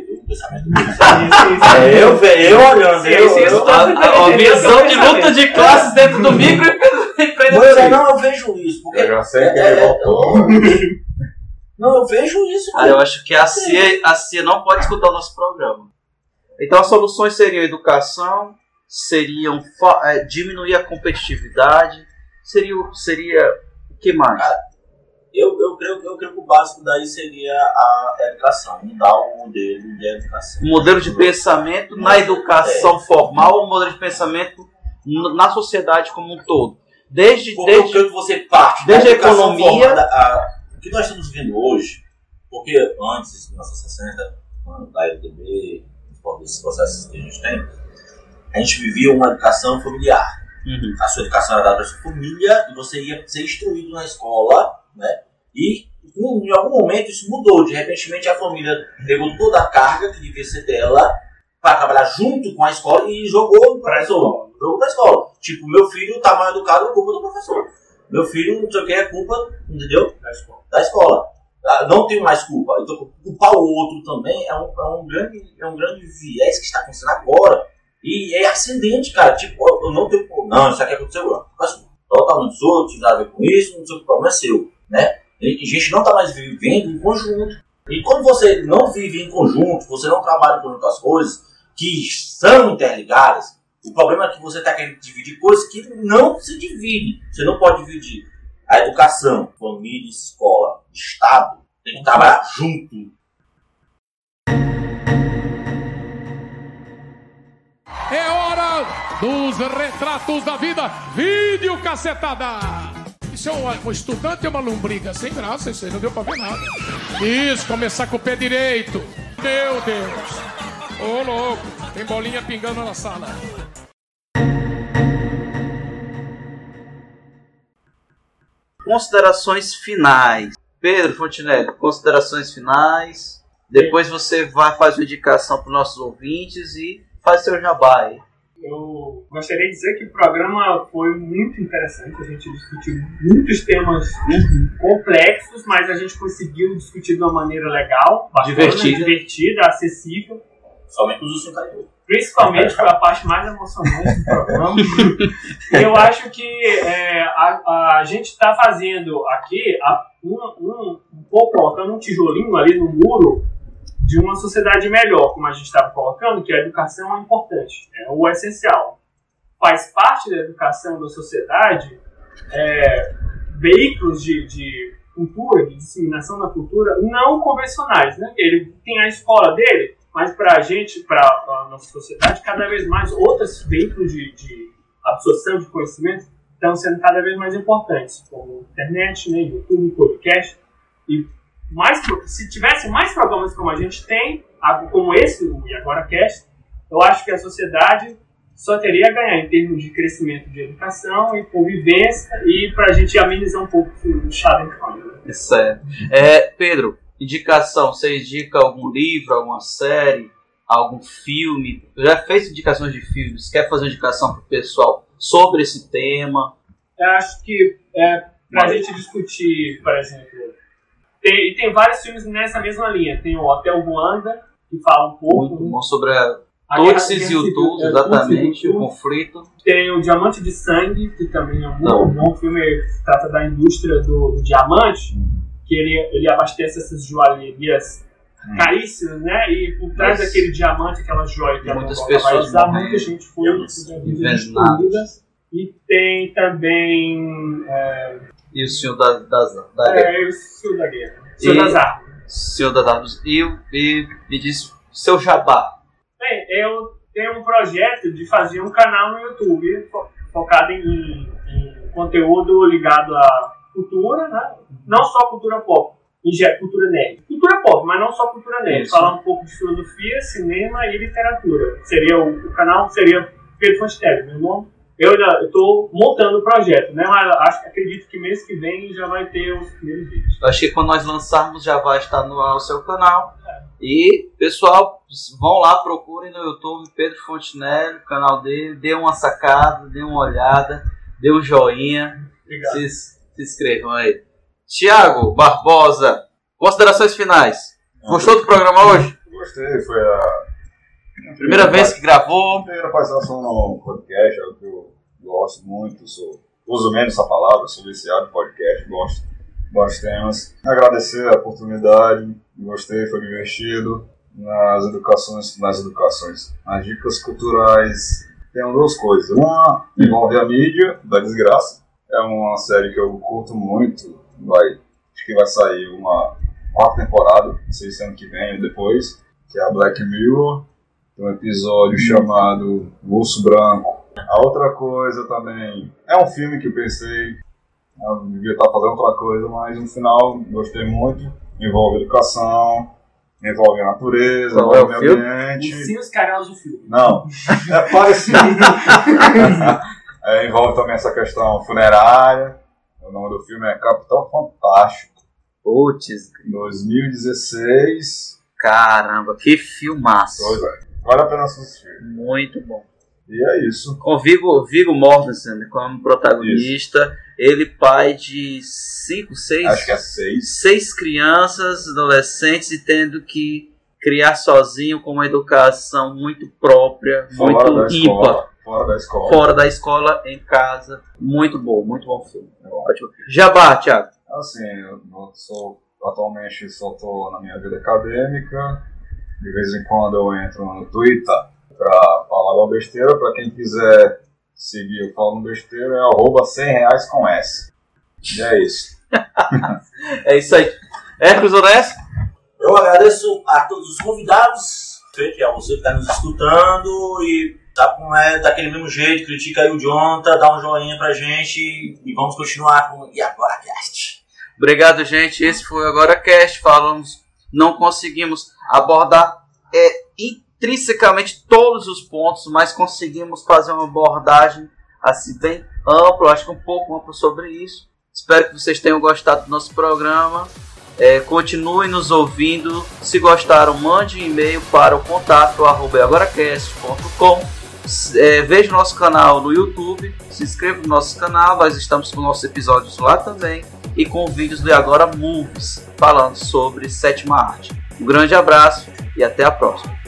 [SPEAKER 4] Eu olhando.
[SPEAKER 2] A visão de luta de classes dentro do microempreendedorismo.
[SPEAKER 4] Não, eu vejo isso. Porque
[SPEAKER 5] Eu já sei que ele voltou.
[SPEAKER 4] Não, eu vejo isso.
[SPEAKER 2] Cara, eu acho que a CIA não pode escutar o nosso programa. Então as soluções seriam educação, seriam diminuir a competitividade, seria o que mais?
[SPEAKER 4] Eu creio que o básico daí seria a educação, mudar o modelo de educação.
[SPEAKER 2] O modelo de pensamento na educação formal ou o modelo de pensamento na sociedade como um todo. Desde
[SPEAKER 4] você parte
[SPEAKER 2] desde a economia...
[SPEAKER 4] O que nós estamos vendo hoje, porque antes, nos anos 60, da LDB, desses processos que a gente vivia uma educação familiar. A sua educação era dada para sua família e você ia ser instruído na escola, né? E em algum momento isso mudou. De repente a família pegou toda a carga que devia ser dela para trabalhar junto com a escola e jogou para a escola. Tipo, meu filho está mal educado, é culpa do professor. Meu filho, não sei o que, é culpa, entendeu? Da escola. Não tenho mais culpa. Então, culpar o outro também é um grande viés que está acontecendo agora. E é ascendente, cara. Tipo, eu não tenho culpa. Não, isso aqui aconteceu. Mas totalmente sou, não tem nada a ver com isso, não sei o que, o problema é seu, né? E a gente não está mais vivendo em conjunto. E quando você não vive em conjunto, você não trabalha em conjunto as coisas que são interligadas, o problema é que você está querendo dividir coisas que não se dividem. Você não pode dividir a educação, família, escola, Estado. Tem que trabalhar junto.
[SPEAKER 6] É hora dos retratos da vida. Vídeo cacetada. Isso é um estudante é uma lombriga sem graça, isso aí não deu pra ver nada. Isso, começar com o pé direito. Meu Deus. Ô, louco, tem bolinha pingando na sala.
[SPEAKER 2] Considerações finais. Pedro Fontinelli, considerações finais. Depois você faz uma indicação para os nossos ouvintes e faz seu jabá aí.
[SPEAKER 3] Eu gostaria de dizer que o programa foi muito interessante. A gente discutiu muitos temas complexos, mas a gente conseguiu discutir de uma maneira legal, bacana, divertida, acessível.
[SPEAKER 4] Somente os usos.
[SPEAKER 3] Principalmente foi a parte mais emocionante do programa. E eu acho que a gente está fazendo aqui um pouco, colocando um tijolinho ali no muro de uma sociedade melhor, como a gente estava colocando, que a educação é importante, é o essencial. Faz parte da educação da sociedade veículos de cultura, de disseminação da cultura não convencionais, né? Ele tem a escola dele, mas para a gente, para a nossa sociedade, cada vez mais outros veículos de absorção de conhecimento estão sendo cada vez mais importantes, como internet, né, YouTube, podcast. E se tivesse mais programas como a gente tem, como esse, o E Agora Cast, eu acho que a sociedade só teria a ganhar em termos de crescimento de educação e convivência e para a gente amenizar um pouco o chá da câmera.
[SPEAKER 2] Isso Pedro, indicação, você indica algum livro, alguma série, algum filme? Já fez indicações de filmes? Quer fazer uma indicação para o pessoal sobre esse tema?
[SPEAKER 3] Eu acho que para a gente discutir, por exemplo, tem vários filmes nessa mesma linha. Tem o Hotel Ruanda, que fala um pouco...
[SPEAKER 2] Muito bom sobre Tutsis e Hutus, exatamente, o conflito.
[SPEAKER 3] Tem o Diamante de Sangue, que também é um muito bom filme, que trata da indústria do diamante, que ele abastece essas joalherias caríssimas, né? E por trás daquele diamante, aquela joia que
[SPEAKER 2] muitas pessoas
[SPEAKER 3] vai usar, muita gente foi destruída. E tem também...
[SPEAKER 2] E o Senhor da Guerra.
[SPEAKER 3] O Senhor da Guerra. Senhor das Árvores.
[SPEAKER 2] Senhor das Árvores. E me diz seu jabá.
[SPEAKER 3] Bem, eu tenho um projeto de fazer um canal no YouTube focado em conteúdo ligado à cultura, né? Não só cultura pop, cultura nerd. Cultura pop, mas não só cultura nerd. Isso. Falar um pouco de filosofia, cinema e literatura. O canal seria Pedro Fontinelli, meu nome. Eu estou montando o projeto, né? Mas acredito que mês que vem já vai ter os primeiros vídeos.
[SPEAKER 2] Acho que quando nós lançarmos já vai estar no ar o seu canal. E, pessoal, vão lá, procurem no YouTube Pedro Fontenelle, o canal dele, dê uma sacada, dê uma olhada, dê um joinha, se inscrevam aí. Tiago Barbosa, considerações finais. Gostou do programa hoje?
[SPEAKER 5] Gostei, foi a
[SPEAKER 2] primeira vez que gravou.
[SPEAKER 5] Primeira participação no podcast, é o que eu gosto muito, uso menos essa palavra, sou viciado em podcast, gosto dos temas. Agradecer a oportunidade, gostei, foi divertido. Nas educações, nas dicas culturais, tem duas coisas. Uma envolve a mídia da desgraça, é uma série que eu curto muito, acho que vai sair uma 4ª temporada, não sei se ano que vem ou depois, que é a Black Mirror. Tem um episódio chamado Urso Branco. A outra coisa também, é um filme que eu pensei, eu devia estar fazendo outra coisa, mas no final gostei muito. Envolve educação, envolve a natureza, envolve o meio ambiente.
[SPEAKER 3] Ensina os caras do filme.
[SPEAKER 5] Não, é parecido. Envolve também essa questão funerária. O nome do filme é Capitão Fantástico.
[SPEAKER 2] Putz,
[SPEAKER 5] 2016.
[SPEAKER 2] Caramba, que filmaço.
[SPEAKER 5] Pois é. Vale a pena assistir.
[SPEAKER 2] Muito bom.
[SPEAKER 5] E é isso.
[SPEAKER 2] Com Viggo Mortensen como protagonista. Isso. Ele pai de 5, 6...
[SPEAKER 5] Acho que é 6.
[SPEAKER 2] 6 crianças, adolescentes, e tendo que criar sozinho com uma educação muito própria, muito ímpar. Fora da escola, em casa. Muito bom filme. Ótimo. Jabá, Thiago.
[SPEAKER 5] Assim, atualmente só estou na minha vida acadêmica. De vez em quando eu entro no Twitter para falar uma besteira. Para quem quiser seguir eu falando besteira, é @100 com S. E é isso.
[SPEAKER 2] É isso aí. Hércules Honesto?
[SPEAKER 4] Eu agradeço a todos os convidados, e a você que está nos escutando, e tá com daquele mesmo jeito, critica aí o Jonathan, dá um joinha pra gente e vamos continuar com o E Agora Cast.
[SPEAKER 2] Obrigado, gente. Esse foi o Agora Cast. Não conseguimos abordar intrinsecamente todos os pontos, mas conseguimos fazer uma abordagem assim bem ampla, acho que um pouco ampla sobre isso. Espero que vocês tenham gostado do nosso programa. Continuem nos ouvindo. Se gostaram, mande um e-mail para o contato@agoracast.com. Veja o nosso canal no YouTube, se inscreva no nosso canal, nós estamos com nossos episódios lá também, e com vídeos do Agora Movies, falando sobre sétima arte. Um grande abraço e até a próxima.